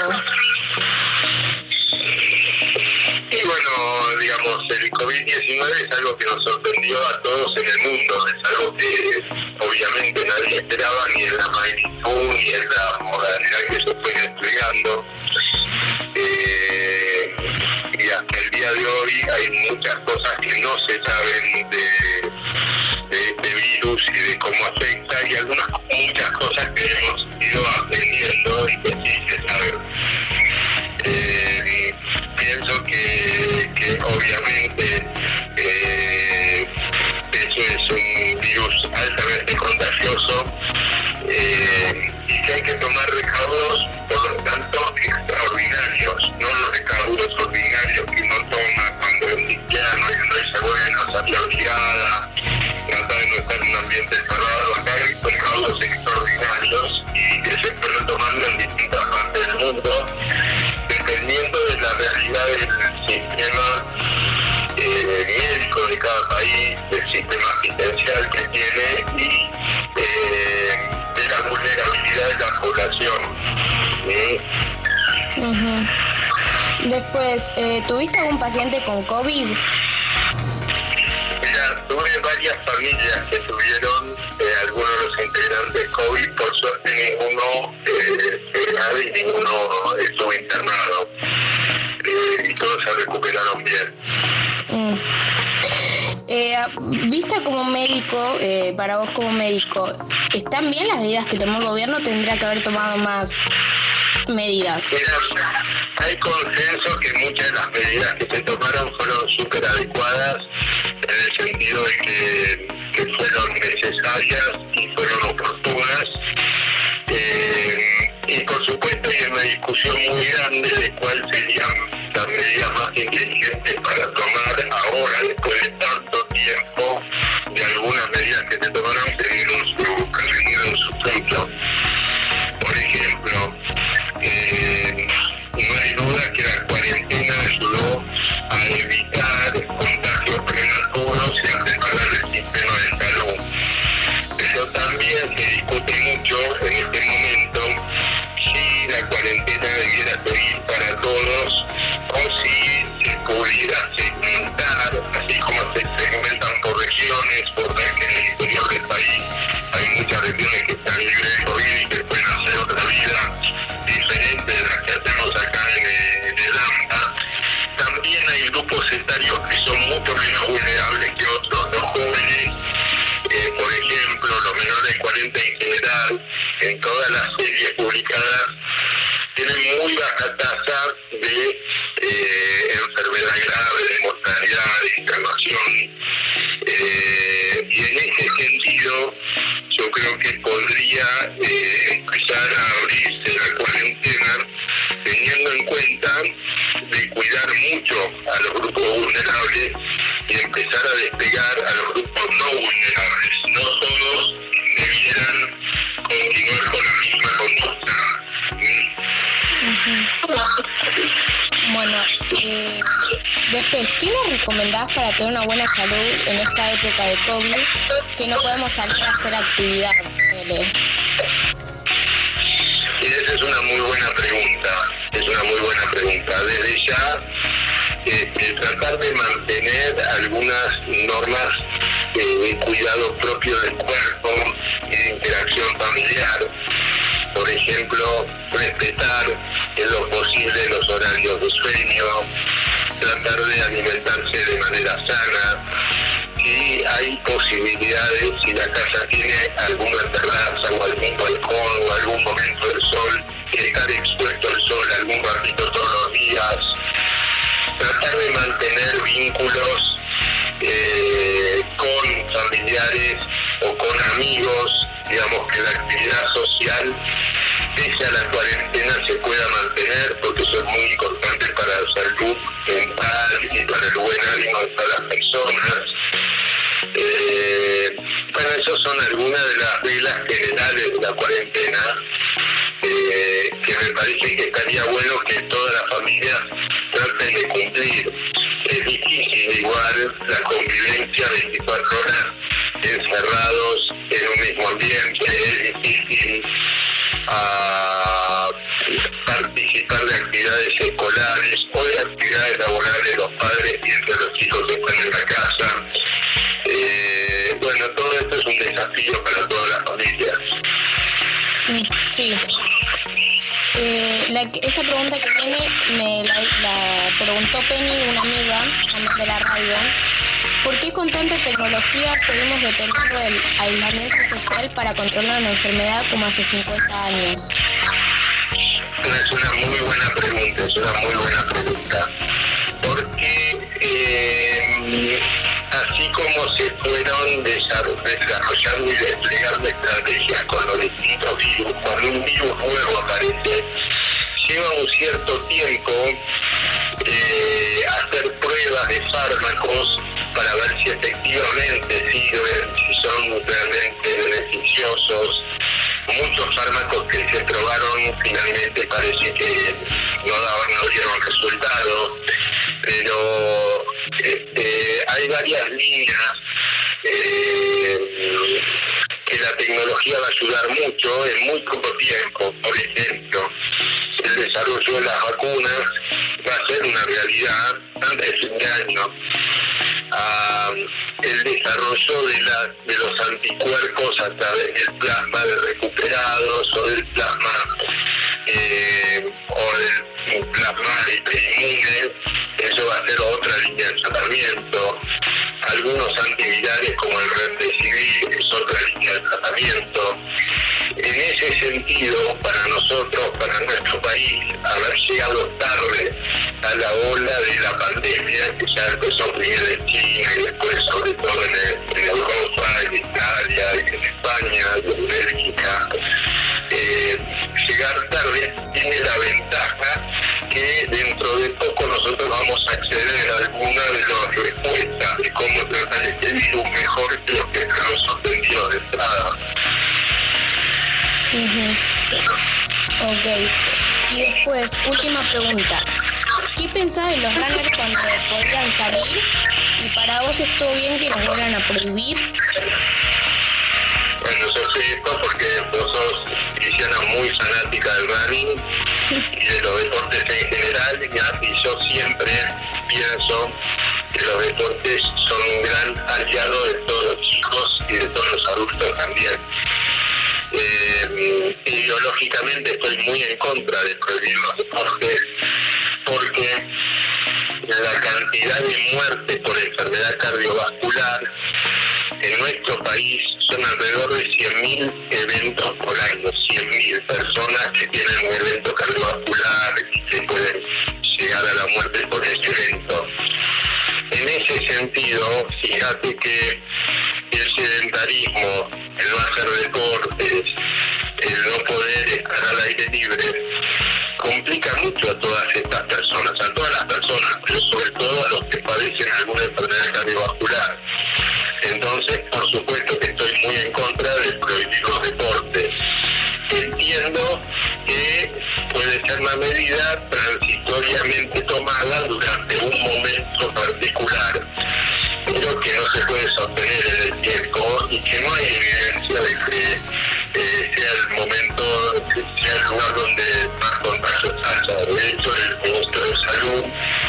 Y bueno, digamos, el COVID diecinueve es algo que nos sorprendió a todos en el mundo, es algo que obviamente nadie esperaba ni en la magnitud ni en la modalidad que se fue desplegando. Eh, y hasta el día de hoy hay muchas cosas que no se saben de, de este virus y de cómo afecta y algunas muchas cosas que hemos ido aprendiendo y que sí se saben. Eh, pienso que, que obviamente eh, eso es un virus altamente contagioso eh, y que hay que tomar recaudos, por lo tanto, extraordinarios, no los recaudos ordinarios que uno toma cuando es cristiano y uno dice, bueno, salir obligada, trata de no estar en un ambiente cerrado. Acá hay recaudos extraordinarios y que se fueron tomando en distintas partes del mundo, dependiendo de la realidad del sistema eh, médico de cada país, del sistema asistencial que tiene y eh, de la vulnerabilidad de la población. ¿Sí? Uh-huh. Después, eh, ¿tuviste algún paciente con COVID? Mira, tuve varias familias que tuvieron eh, algunos de los integrantes COVID, por suerte ninguno eh, fue grave y ninguno estuvo internado. Eh, y todos se recuperaron bien. Mm. Eh, vista como médico, eh, para vos como médico, ¿están bien las medidas que tomó el gobierno? ¿Tendría que haber tomado más medidas? Mira, hay consenso que muchas de las medidas que se tomaron fueron súper adecuadas, en el sentido de que, que fueron necesarias y fueron oportunas. Eh, y por supuesto hay una discusión muy grande de cuáles serían las medidas más inteligentes para tomar ahora, después de tanto tiempo, de algunas medidas que se tomaron que dieron su camino en su fruto. Por ejemplo, eh, no hay duda que la cuarentena ayudó a evitar contagios prematuros y a preparar el sistema de salud. Pero también se discute mucho en este momento si la cuarentena debiera seguir para todos o si se pudiera segmentar, así como se segmentan por regiones, por ver que en el interior del país hay muchas regiones que están libres de COVID y que pueden hacer otra vida diferente de las que hacemos acá en, en el AMBA. También hay grupos etarios que son mucho menos vulnerables que otros, los jóvenes, M cuarenta en general, en todas las series publicadas, tienen muy baja tasa de eh, enfermedad grave, de mortalidad, de internación. Eh, y en ese sentido, yo creo que podría eh, empezar a abrirse la cuarentena teniendo en cuenta de cuidar mucho a los grupos vulnerables y empezar a despegar a los grupos no vulnerables. No todos debieran continuar con la misma conducta. Bueno, eh, después, ¿qué nos recomendás para tener una buena salud en esta época de COVID que no podemos salir a hacer actividad? Y esa es una muy buena pregunta, es una muy buena pregunta. Desde ya, eh, tratar de mantener algunas normas eh, de cuidado propio del cuerpo y de interacción familiar. Por ejemplo, respetar en lo posible los horarios de sueño, tratar de alimentarse de manera sana. Si hay posibilidades, si la casa tiene alguna terraza o algún balcón o algún momento del sol, estar expuesto al sol algún ratito todos los días. Tratar de mantener vínculos eh, con familiares o con amigos, digamos que la actividad social, pese a la cuarentena, se pueda mantener, porque eso es muy importante para la salud mental y para el buen ánimo de todas las personas. Eh, bueno, esas son algunas de las reglas generales de la cuarentena, eh, que me parece que estaría bueno que todas las familias traten de cumplir. Es difícil igual la convivencia veinticuatro horas encerrados en un mismo ambiente, es difícil a participar de actividades escolares o de actividades laborales de los padres mientras los hijos están en la casa. Eh, bueno, todo esto es un desafío para todas las familias. Sí. Eh, la, esta pregunta que tiene me la, la preguntó Penny, una amiga también de la radio. ¿Por qué con tanta tecnología seguimos dependiendo del aislamiento social para controlar una enfermedad como hace cincuenta años? Es una muy buena pregunta, es una muy buena pregunta. Porque eh, así como se fueron desarrollando y desplegando estrategias con los distintos virus, cuando un virus nuevo aparece, lleva un cierto tiempo eh, hacer pruebas de fármacos para ver si efectivamente sirven, si son realmente beneficiosos. Muchos fármacos que se probaron finalmente parece que no, daban, no dieron resultado, pero este, hay varias líneas eh, que la tecnología va a ayudar mucho en muy poco tiempo. Por ejemplo, el desarrollo de las vacunas va a ser una realidad antes de fin de año. Uh, el desarrollo de, la, de los anticuerpos a través del plasma de recuperados o del plasma eh, o del plasma hiperinmune, eso va a ser otra línea de tratamiento. Algunos antivirales como el Remdesivir es otra línea de tratamiento. En ese sentido, para nosotros, para nuestro país, haber llegado tarde a la ola de la pandemia, que ya empezó primero en China y después sobre todo en, en Europa, en Italia, en España, en Bélgica, eh, llegar tarde tiene la ventaja que dentro de poco nosotros vamos a acceder a alguna de las respuestas de cómo tratar este virus mejor que lo que nos sorprendió de entrada. Uh-huh. Ok. Y después, última pregunta. ¿Qué pensás de los runners cuando podían salir? ¿Y para vos estuvo bien que los vuelvan a prohibir? Bueno, yo sé esto porque vos sos cristiana muy fanática del running y de los deportes en general, y yo siempre pienso que los deportes son un gran aliado de todos los chicos y de todos los adultos también. Eh, ideológicamente estoy muy en contra de prohibir los deportes porque la cantidad de muertes por enfermedad cardiovascular En nuestro país son alrededor de cien mil eventos por año, cien mil personas que tienen un evento cardiovascular y que pueden llegar a la muerte por ese evento. En ese sentido, fíjate que el sedentarismo, el no hacer deportes, el no poder estar al aire libre, complica mucho a todas estas personas, a todas las personas, pero sobre todo a los que padecen alguna enfermedad cardiovascular. Entonces, por supuesto que estoy muy en contra de prohibir los deportes. Entiendo que puede ser una medida transitoriamente tomada durante un momento particular, pero que no se puede sostener en el tiempo y que no hay evidencia de que eh, sea el momento, sea el lugar donde más contagios haya. De hecho, el ministro de Salud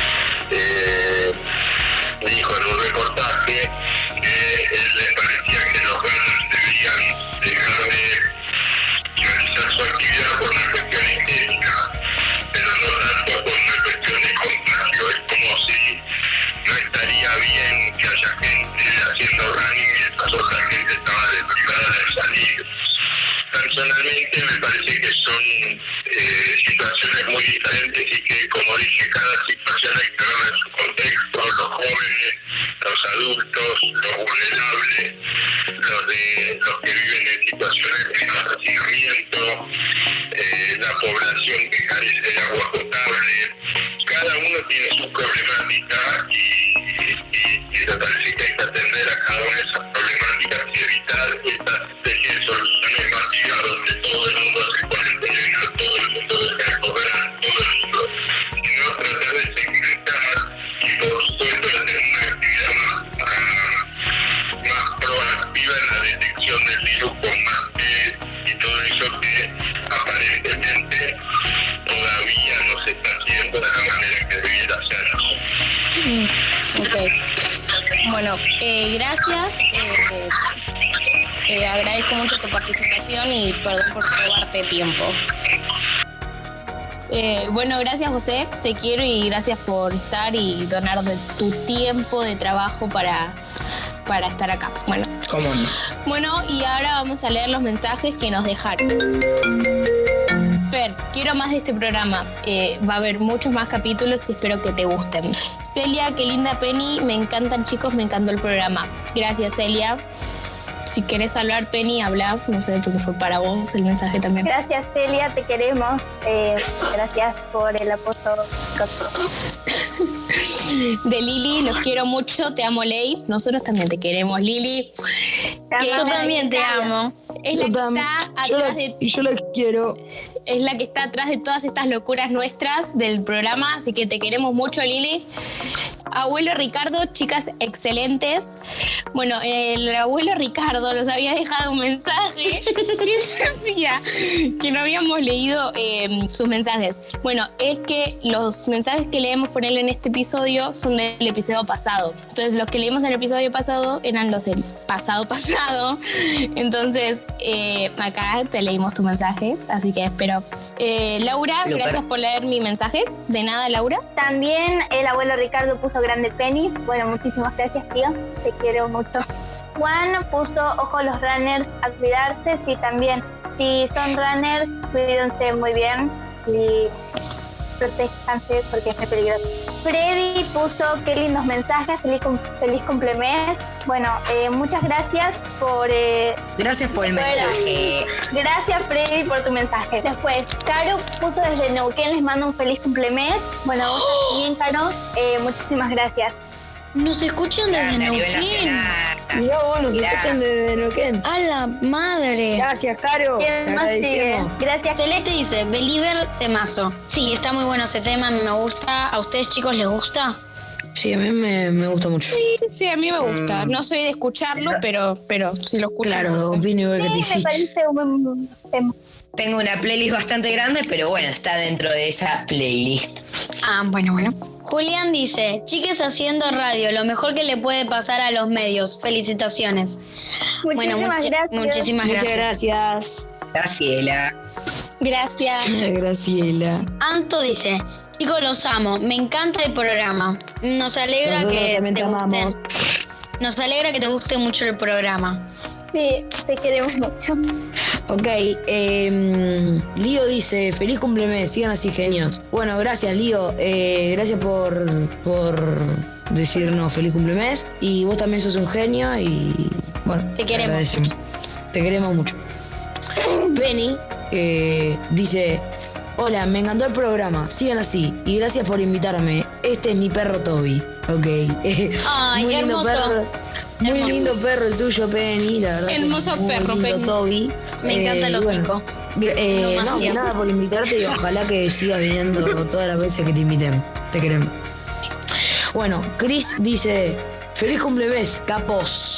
eh, dijo en un reportaje que él le parecía que los runners deberían dejar de realizar su actividad por una cuestión estética, pero no tanto por una cuestión de contagio. Es como si no estaría bien que haya gente haciendo running mientras otra gente estaba descuidada de salir. Personalmente me parece que son eh, situaciones muy diferentes y que, como dije, cada situación hay que verla en su contexto. Los jóvenes, los adultos, los vulnerables, los de los que viven en situaciones de hacinamiento, eh, la población que carece de agua potable. Cada uno tiene su problemática y, y, y me parece que hay que atender a cada una de esas problemáticas y evitar esta especie de soluciones masivas donde todo el mundo se cuarentena, todo el mundo deja de cobrar, todo el mundo, sino tratar de segmentar y por supuesto de tener una actividad más, uh, más proactiva en la detección del virus con más test y todo eso que aparentemente todavía no se está haciendo de la manera que debiera hacerlo. Mm, ok. Bueno, eh, gracias. Eh, eh, agradezco mucho tu participación y perdón por robarte tiempo. Eh, bueno, gracias José, te quiero y gracias por estar y donar de tu tiempo de trabajo para, para estar acá. Bueno. ¿Cómo no? Bueno, y ahora vamos a leer los mensajes que nos dejaron. Fer, quiero más de este programa. Eh, va a haber muchos más capítulos y espero que te gusten. Celia, qué linda Penny. Me encantan, chicos, me encantó el programa. Gracias, Celia. Si querés hablar, Penny, habla. No sé, porque fue para vos el mensaje también. Gracias, Celia, te queremos. Eh, gracias por el apoyo. De Lili, los quiero mucho, te amo, Ley. Nosotros también te queremos, Lili. Que yo también te amo. Es la que está atrás de... Y yo la quiero. Es la que está atrás de todas estas locuras nuestras del programa, así que te queremos mucho, Lili. Abuelo Ricardo, chicas excelentes. Bueno, el abuelo Ricardo nos había dejado un mensaje que decía que no habíamos leído eh, sus mensajes. Bueno, es que los mensajes que leemos por él en este episodio son del episodio pasado. Entonces, los que leímos en el episodio pasado eran los del pasado pasado. Entonces, eh, acá te leímos tu mensaje, así que espero. Eh, Laura, Pero gracias para... por leer mi mensaje. De nada, Laura. También el abuelo Ricardo puso grande Penny. Bueno, muchísimas gracias, tío. Te quiero mucho. Juan puso ojo los runners a cuidarse. Sí, también. Si son runners, cuídense muy bien y protéjanse porque es muy peligroso. Freddy puso qué lindos mensajes. Feliz, feliz cumplemes. Bueno, eh, muchas gracias por... Eh, gracias por el mensaje. Gracias, Freddy, por tu mensaje. Después, Caro puso desde Neuquén, les mando un feliz cumplemes. Bueno, vos también, Caro, eh, muchísimas gracias. Nos escuchan desde Neuquén. Mirá vos, nos Mirá. escuchan desde Neuquén. ¡A la madre! Gracias, Caro. ¿Quién más sigue? Gracias. Celeste dice, Believer temazo. Sí, está muy bueno ese tema, a mí me gusta. ¿A ustedes, chicos, les gusta? Sí, a mí me, me gusta mucho. Sí, sí, a mí me gusta. No soy de escucharlo, pero, pero sí lo escucho. Claro, opino igual que ti. Sí, me parece un buen tema. Tengo una playlist bastante grande, pero bueno, está dentro de esa playlist. Ah, bueno, bueno. Julián dice, chiques haciendo radio, lo mejor que le puede pasar a los medios. Felicitaciones. Muchísimas bueno, much- gracias. Muchísimas Muchas gracias. gracias. Graciela. Gracias. Graciela. Anto dice, chicos, los amo, me encanta el programa. Nos alegra Nosotros que también te te amamos. gusten. Nos alegra que te guste mucho el programa. Sí, te queremos mucho. Ok, eh, Lío dice, feliz cumpleaños, sigan así genios. Bueno, gracias Lío, eh, gracias por, por decirnos feliz cumpleaños. Y vos también sos un genio y bueno, te queremos. Agradecemos. Te queremos mucho. Penny eh, dice, hola, me encantó el programa, sigan así y gracias por invitarme. Este es mi perro Toby. Ok. Ay, muy lindo hermoso. perro. Muy Hermoso. lindo perro el tuyo, Penny, la verdad. Hermoso muy perro, lindo, Penny. Toby. Me encanta el hocico. Eh, No, no, más bien. nada por invitarte y ojalá que sigas viniendo todas las veces que te invitemos. Te queremos. Bueno, Chris dice, feliz cumpleaños, capos.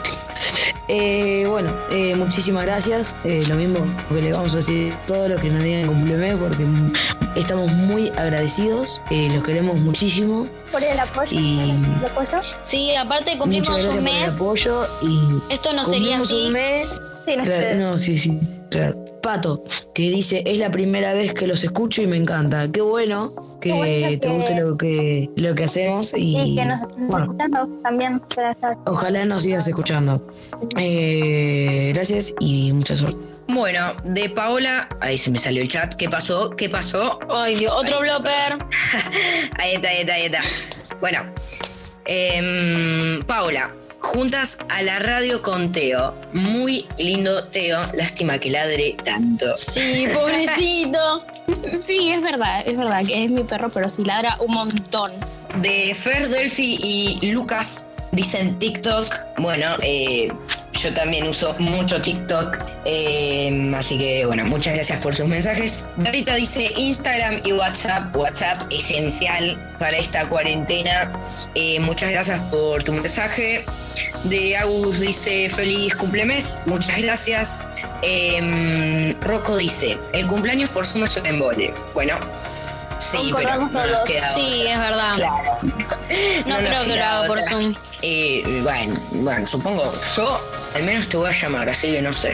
Eh, bueno, eh, muchísimas gracias. Eh, lo mismo que le vamos a decir a todos los que nos digan cumpleaños porque estamos muy agradecidos. Eh, los queremos muchísimo. Por el apoyo. Y ¿El apoyo? Sí, aparte cumplimos muchas gracias un por el mes. apoyo y Esto no sería cumplimos así. un mes. Sí, no Claro, sé. no, sí, sí, claro. Pato, que dice, es la primera vez que los escucho y me encanta. Qué bueno que Qué bueno te que- guste lo que, lo que hacemos y, Y que nos estés bueno, escuchando también. Gracias. ojalá nos sigas escuchando. Eh, gracias y mucha suerte. Bueno, de Paola, ahí se me salió el chat. ¿Qué pasó? ¿Qué pasó? Ay, Dios, otro blooper. Ahí está, ahí está, ahí está. Bueno, em, Paola, juntas a la radio con Teo. Muy lindo Teo, lástima que ladre tanto. Sí, pobrecito. Sí, es verdad, es verdad que es mi perro, pero sí ladra un montón. De Fer, Delphi y Lucas dicen TikTok. Bueno, eh, yo también uso mucho TikTok. eh, así que, bueno, muchas gracias por sus mensajes. Rita dice Instagram y WhatsApp. WhatsApp esencial para esta cuarentena. Eh, muchas gracias por tu mensaje. De Agus dice feliz cumplemes. Muchas gracias. Eh, Rocco dice el cumpleaños por Zoom es un embole. Bueno, sí, pero Concordamos no nos todos. queda Sí, otra. es verdad. Claro. No, nos creo que lo queda haga por otra. Zoom. Eh, bueno, bueno, supongo, yo al menos te voy a llamar, así que no sé.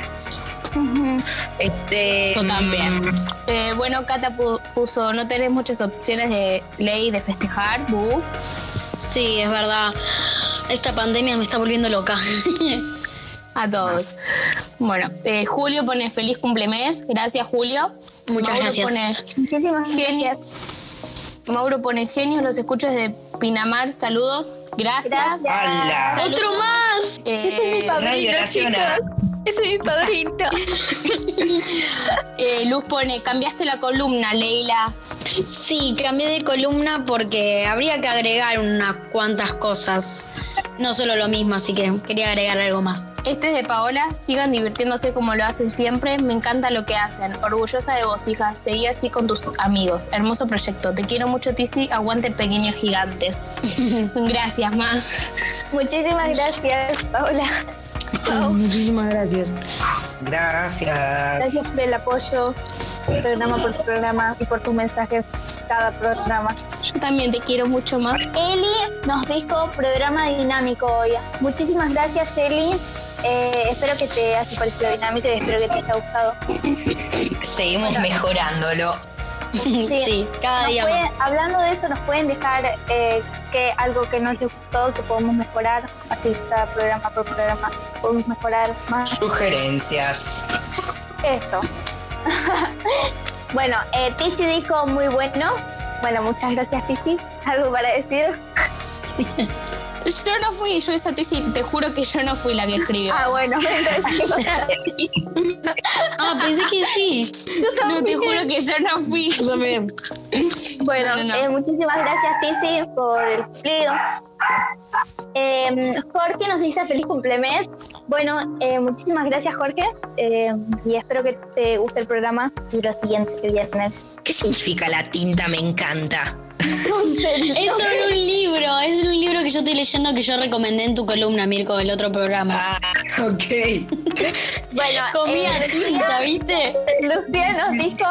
Este. Yo también. mm, Eh, bueno, Cata pu- puso, no tenés muchas opciones de ley de festejar, bu. Sí, es verdad. Esta pandemia me está volviendo loca. A todos. Bueno, eh, Julio pone feliz cumplemes. Gracias, Julio. Muchas Mauro gracias. Pone Muchísimas genio. gracias. Mauro pone genios, los escucho desde Pinamar. Saludos. Gracias. Gracias. ¡Hala! Saludos. ¡Otro más! Eh, Ese es mi padrino, Radio Nacional. chicos. Ese es mi padrino. eh, Luz pone, cambiaste la columna, Leila. Sí, cambié de columna porque habría que agregar unas cuantas cosas. No solo lo mismo, así que quería agregar algo más. Este es de Paola. Sigan divirtiéndose como lo hacen siempre. Me encanta lo que hacen. Orgullosa de vos, hija. Seguí así con tus amigos. Hermoso proyecto. Te quiero mucho, Tizi. Aguante, pequeños gigantes. Gracias, ma. Muchísimas gracias, Paola. Pau. Muchísimas gracias. Gracias. Gracias por el apoyo, programa por programa y por tus mensajes cada programa. Yo también te quiero mucho, ma. Eli nos dijo programa dinámico hoy. Muchísimas gracias, Eli. Eh, espero que te haya parecido dinámico y espero que te haya gustado. Seguimos mejorándolo. Sí, cada Nos día pueden- más. hablando de eso, nos pueden dejar eh, que algo que no les gustó, que podemos mejorar, así cada programa por programa, podemos mejorar más. Sugerencias. Eso. Bueno, eh, Tizi dijo muy bueno. Bueno, muchas gracias, Tizi. ¿Algo para decir? Yo no fui, yo esa tesis, te juro que yo no fui la que escribió. Ah, bueno. entonces- Ah, pensé que sí. No, te juro que yo no fui. Yo también. Bueno, No, no, no. eh, muchísimas gracias, Tizi, por el cumplido. Eh, Jorge nos dice feliz cumplemes. Bueno, eh, muchísimas gracias, Jorge. Eh, y espero que te guste el programa y lo siguiente que viene. ¿Qué significa la tinta me encanta? Es sobre un libro, es un libro que yo estoy leyendo que yo recomendé en tu columna, Mirko, del otro programa. Ah, ok. Bueno, Comía eh, tinta, ¿viste? Lucía nos dijo.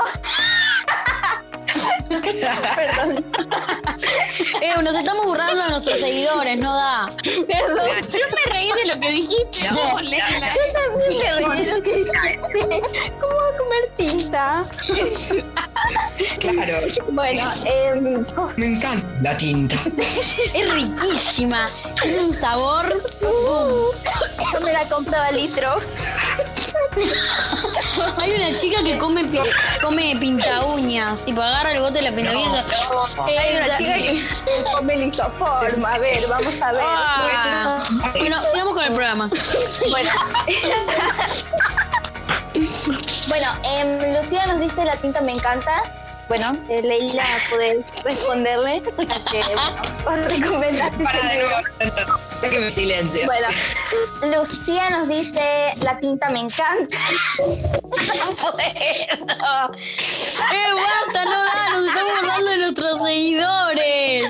Perdón. Eh, nos estamos burlando de nuestros seguidores, no da. Perdón. Yo me reí de lo que dijiste. No, vos, Leila. Yo también me reí de lo que dijiste. ¿Cómo va a comer tinta? Claro. Bueno, eh, uf, Me encanta la tinta. Es riquísima. Tiene un sabor. yo me la compraba a litros. Hay una chica que come, pi- come pinta uñas. Tipo, agarra el bote de la pinta uñas. Eh, Hay una la- chica que come lisoforma. A ver, vamos a ver. Ah. Bueno, sigamos con el programa. Bueno. Bueno, em, Lucía nos dice la tinta me encanta. Bueno, eh, Leila, podés responderle. Porque, bueno, vos recomendaste Para este de libro. nuevo. Déjame silencio. Bueno, Lucía nos dice la tinta me encanta. ¡Eh, basta! ¡No da! ¡Nos estamos burlando de nuestros seguidores!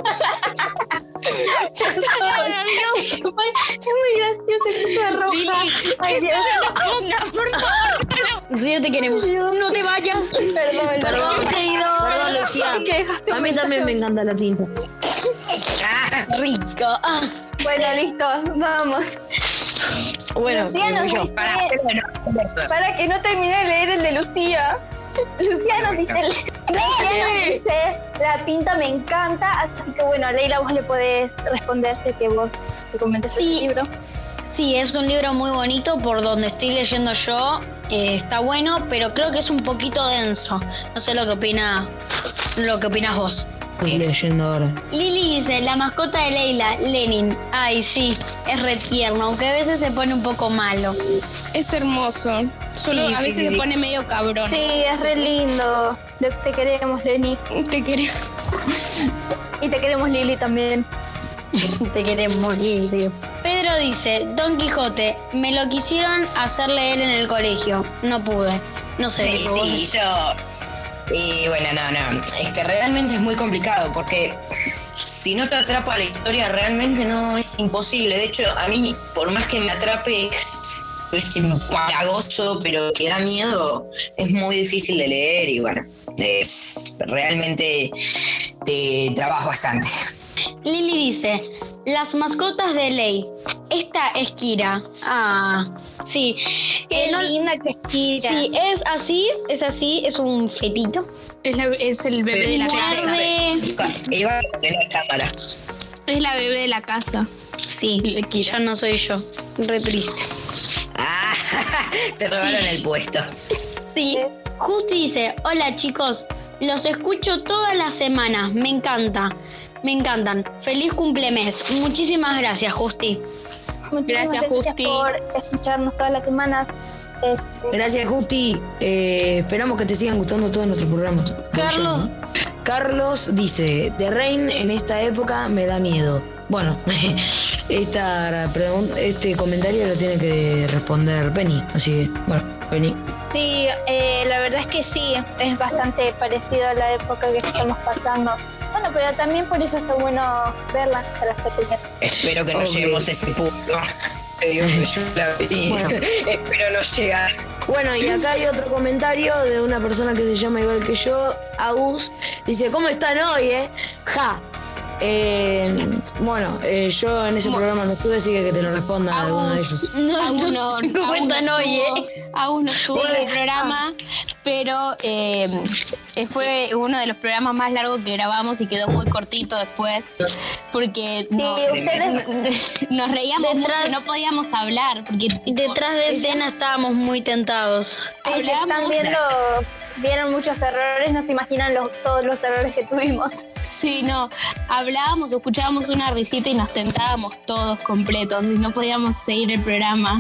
Es muy gracioso, se puso roja. Ay, Dios. Por favor. Sí, ya te queremos. No te vayas. Perdón, Perdón, seguidor. perdón, Lucía. ¿Qué dejaste A mí un también me mensaje? encanta la tinta. Ah, Rico. Ah. Bueno, listo, vamos. Bueno, Lucía nos yo. dice, para. para que no termine de leer el de Lucía. Lucía nos dice, Lucía nos dice, la tinta me encanta, así que bueno, Leila, vos le podés responder de que vos te comentaste Sí. el libro. Sí, es un libro muy bonito por donde estoy leyendo yo. Eh, está bueno, pero creo que es un poquito denso. No sé lo que opina, lo que opinas vos. Estoy leyendo ahora. Lili dice, la mascota de Leila, Lenin. Ay, sí, es re tierno, aunque a veces se pone un poco malo. Es hermoso. Solo Sí, a veces sí, se sí. pone medio cabrón. Sí, es re lindo. Lo- Te queremos, Lenny. Te quería. Y te queremos, Lili, también. Te queremos, Lili. Pedro dice, Don Quijote, me lo quisieron hacer leer en el colegio. No pude. No sé. Sí, tipo, vos- sí, yo. Y bueno, no, no. Es que realmente es muy complicado porque si no te atrapa la historia, realmente no es imposible. De hecho, a mí, por más que me atrape, es, es empalagoso, pero que da miedo, es muy difícil de leer y bueno, es realmente te trabajo bastante. Lili dice, las mascotas de Ley. Esta es Kira. Ah, sí. Qué Eh, no- linda que es Kira. Sí, es así, es así, es un fetito. Es, la- es el bebé de la Pero- casa. Muerde. Iba a tener cámara. Es la bebé de la casa. Sí, Le Kira. ya no soy yo. Re triste. Ah, te robaron el puesto. Sí. Justi dice, hola chicos, los escucho todas las semanas, me encanta, me encantan. Feliz cumplemes. Muchísimas gracias, Justi. Muchísimas Gracias, Justi. por escucharnos todas las semanas. Este, Gracias, Justi. Eh, esperamos que te sigan gustando todos nuestros programas. Carlos. ¿No? Carlos dice, The Rain en esta época me da miedo. Bueno, esta pregun- este comentario lo tiene que responder Penny. Así que, bueno, Penny. Sí, eh, la verdad es que sí, es bastante parecido a la época que estamos pasando. Bueno, pero también por eso está bueno verlas a las pequeñas. Espero que no Ok. lleguemos a ese punto. Te digo que yo la vi. Bueno. Espero no llegar. Bueno, y acá hay otro comentario de una persona que se llama igual que yo, Agus. Dice, ¿cómo están hoy, eh? Ja. Eh, bueno, eh, yo en ese Mo- programa no estuve, así que que te lo respondan alguno de ellos. Agus, Agus no, ¿Cómo Agus no están hoy, estuvo- Agus no estuvo en el programa, pero eh, eh, fue uno de los programas más largos que grabamos y quedó muy cortito después, porque no- Sí, ustedes, nos reíamos Detrás- mucho, no podíamos hablar, porque Detrás de escena estábamos muy tentados. si se están hablamos- viendo, vieron muchos errores, no se imaginan los, todos los errores que tuvimos. Sí, no, hablábamos, escuchábamos una risita y nos tentábamos todos completos y no podíamos seguir el programa.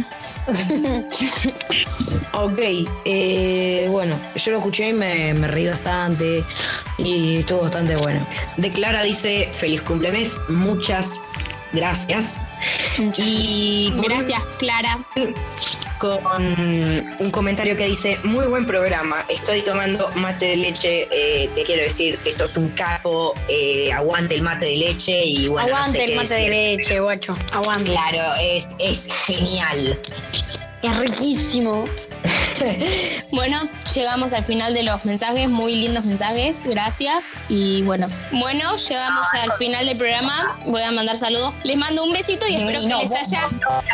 Ok, eh, bueno, yo lo escuché y me, me reí bastante y estuvo bastante bueno. De Clara dice, feliz cumplemes, muchas gracias. Y por Gracias, Clara. con un comentario que dice, muy buen programa, estoy tomando mate de leche, eh, te quiero decir que sos un capo, eh, aguante el mate de leche y bueno, no Aguante sé el qué mate de decir. leche, guacho. Aguante. Claro, es, es genial. Es riquísimo. Bueno, llegamos al final de los mensajes, muy lindos mensajes, gracias. Y bueno, bueno, llegamos al final del programa. Voy a mandar saludos. Les mando un besito y espero que les haya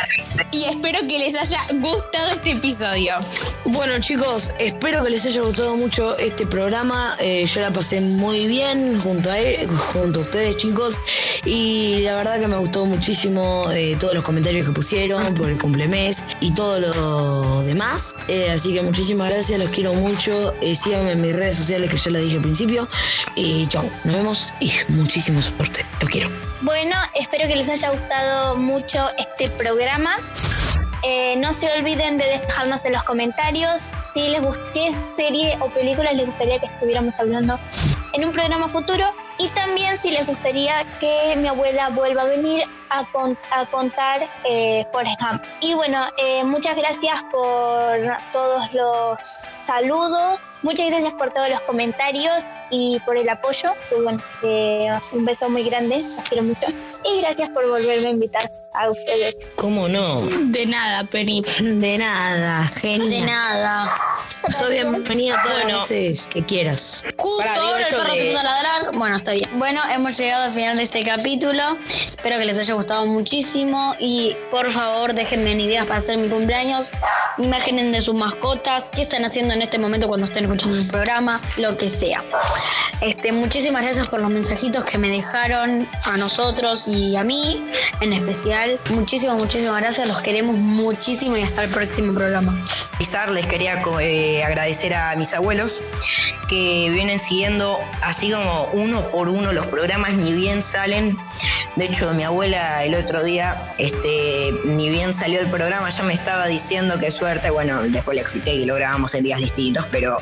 y espero que les haya gustado este episodio. Bueno, chicos, espero que les haya gustado mucho este programa. Eh, yo la pasé muy bien junto a él, junto a ustedes, chicos. Y la verdad que me gustó muchísimo eh, todos los comentarios que pusieron por el cumplemes y todo lo demás. Eh, así que muchísimas gracias, los quiero mucho. Eh, síganme en mis redes sociales que ya les dije al principio. Y chao, nos vemos y muchísima suerte. Los quiero. Bueno, espero que les haya gustado mucho este programa. Eh, no se olviden de dejarnos en los comentarios si les gustó, qué serie o película les gustaría que estuviéramos hablando en un programa futuro, y también si les gustaría que mi abuela vuelva a venir a, con, a contar eh, Forrest Gump. Y bueno, eh, muchas gracias por todos los saludos, muchas gracias por todos los comentarios y por el apoyo. Y bueno, eh, un beso muy grande, los quiero mucho. Y gracias por volverme a invitar a ustedes. ¿Cómo no? De nada, Penny. De nada, genial. De nada. Soy bienvenida todas las veces que quieras. Justo Pará, digo ahora el eso perro de- se puso a ladrar. Bueno, está bien. Bueno, hemos llegado al final de este capítulo. Espero que les haya gustado muchísimo. Y por favor, déjenme en ideas para hacer mi cumpleaños. Imágenes de sus mascotas. ¿Qué están haciendo en este momento cuando estén escuchando el programa? Lo que sea. Este, muchísimas gracias por los mensajitos que me dejaron a nosotros y a mí en especial. Muchísimas, muchísimas gracias. Los queremos muchísimo y hasta el próximo programa. Les quería eh, agradecer a mis abuelos que vienen siguiendo así como uno por uno los programas, ni bien salen. De hecho, mi abuela el otro día, este, ni bien salió el programa, ya me estaba diciendo qué suerte. Bueno, después le expliqué que lo grabamos en días distintos, pero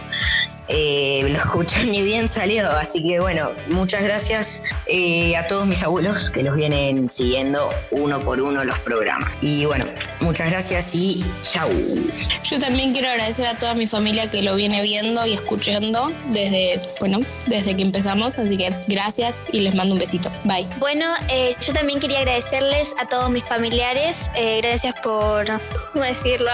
eh, lo escuché ni bien salió. Así que bueno, muchas gracias eh, a todos mis abuelos que los vienen siguiendo uno por uno los programas. Y bueno, muchas gracias y chau. Yo también quiero agradecer a toda mi familia que lo viene viendo y escuchando desde, bueno, desde que empezamos, así que gracias y les mando un besito. Bye. Bueno, eh, yo también quería agradecerles a todos mis familiares. Eh, gracias por, ¿cómo decirlo?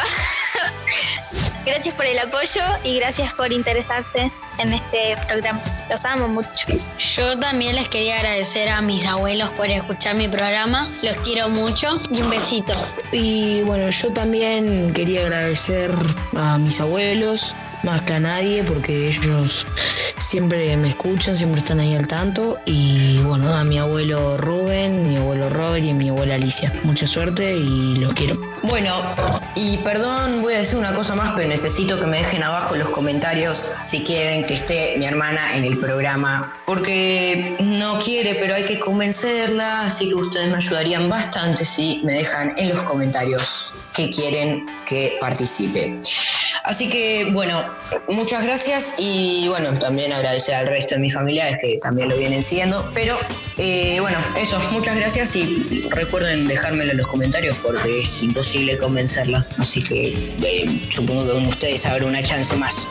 Gracias por el apoyo y gracias por interesarse en este programa. Los amo mucho. Yo también les quería agradecer a mis abuelos por escuchar mi programa. Los quiero mucho y un besito. Y bueno, yo también quería agradecer a mis abuelos, más que a nadie, porque ellos siempre me escuchan, siempre están ahí al tanto. Y bueno, a mi abuelo Rubén, mi abuelo Robert y mi abuela Alicia. Mucha suerte y los quiero. Bueno, y perdón, voy a decir una cosa más, pero necesito que me dejen abajo en los comentarios si quieren que esté mi hermana en el programa, porque no quiere, pero hay que convencerla, así que ustedes me ayudarían bastante si me dejan en los comentarios que quieren que participe. Así que bueno, muchas gracias y bueno, también agradecer al resto de mis familiares que también lo vienen siguiendo, pero eh, bueno, eso, muchas gracias y recuerden dejármelo en los comentarios porque es imposible convencerla, así que eh, supongo que con ustedes habrá una chance más.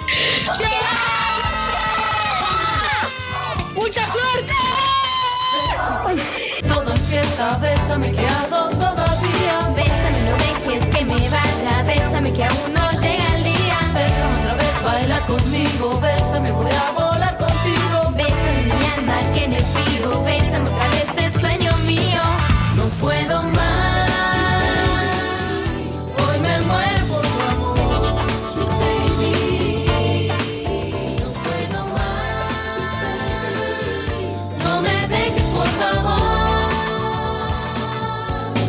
¡Mucha suerte! Todo empieza, bésame que ardo todavía. Bésame, no dejes que me vaya. Bésame que aún no llega el día. Bésame otra vez, baila conmigo. Bésame, voy a volar contigo. Bésame mi alma que en el frío. Bésame otra vez el sueño mío. No puedo más. Hoy me muero por tu amor, baby. No puedo más. No me dejes, por favor.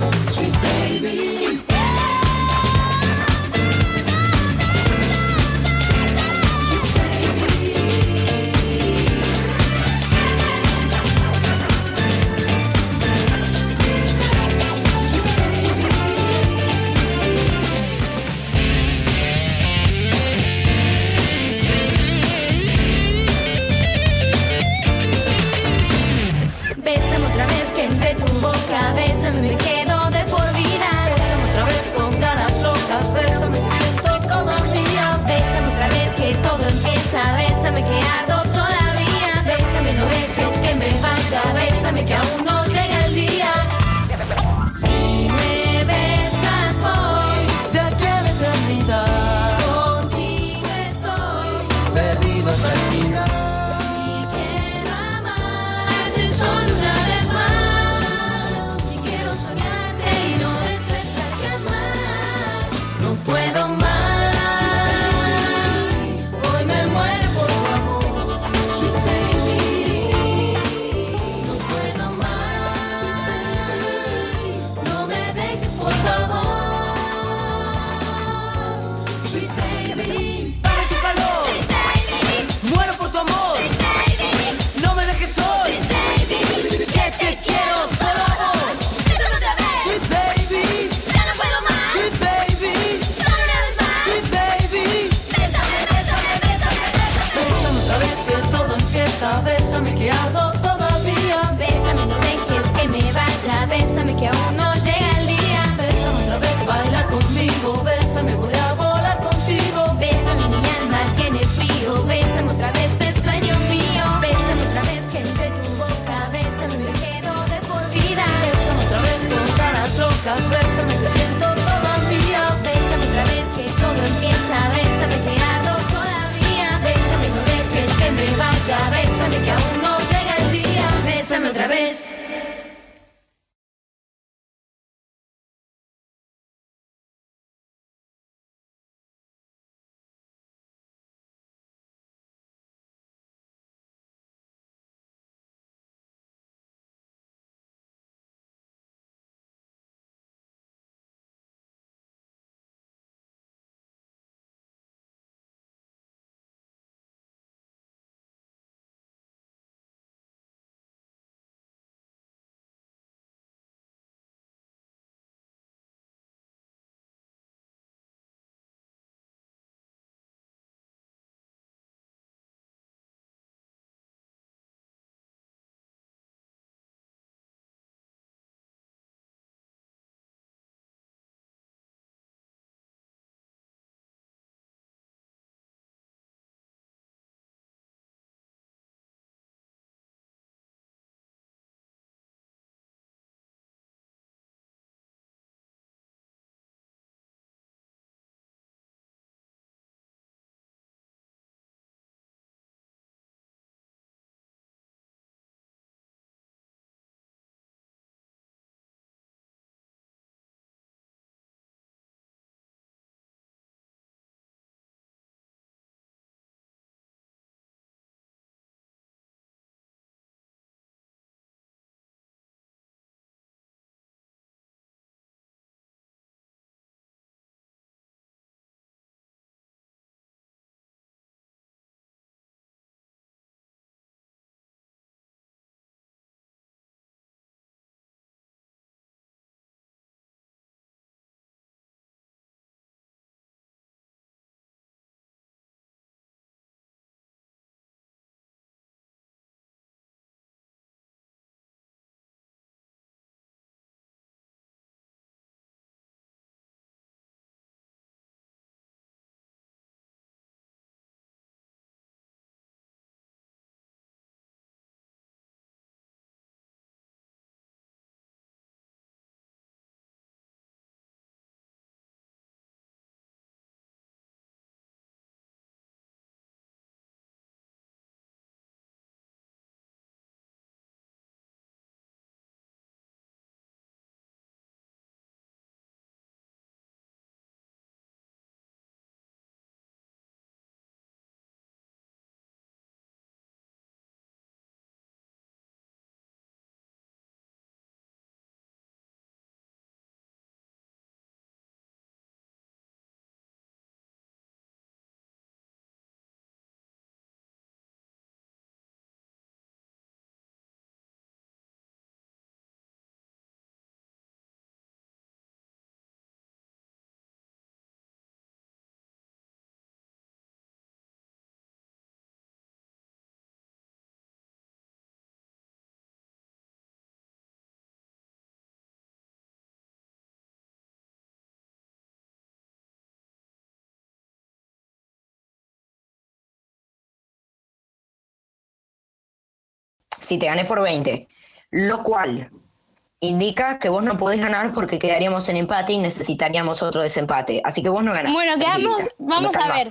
si te gané por veinte, lo cual indica que vos no podés ganar porque quedaríamos en empate y necesitaríamos otro desempate. Así que vos no ganás. Bueno, quedamos, tranquilita, vamos no a ver. calmás.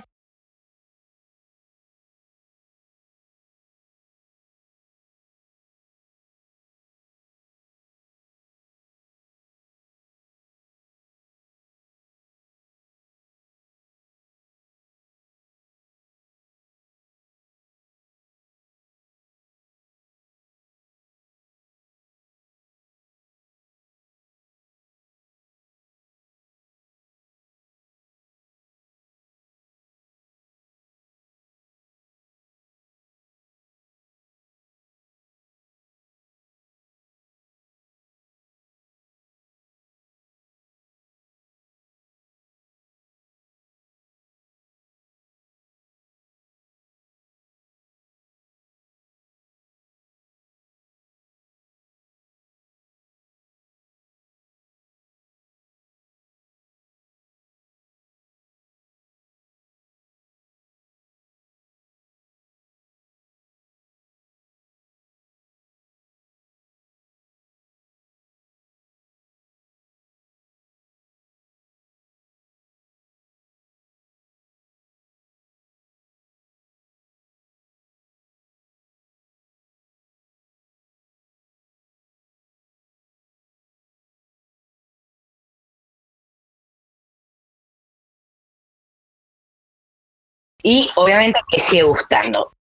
Y obviamente que sigue gustando.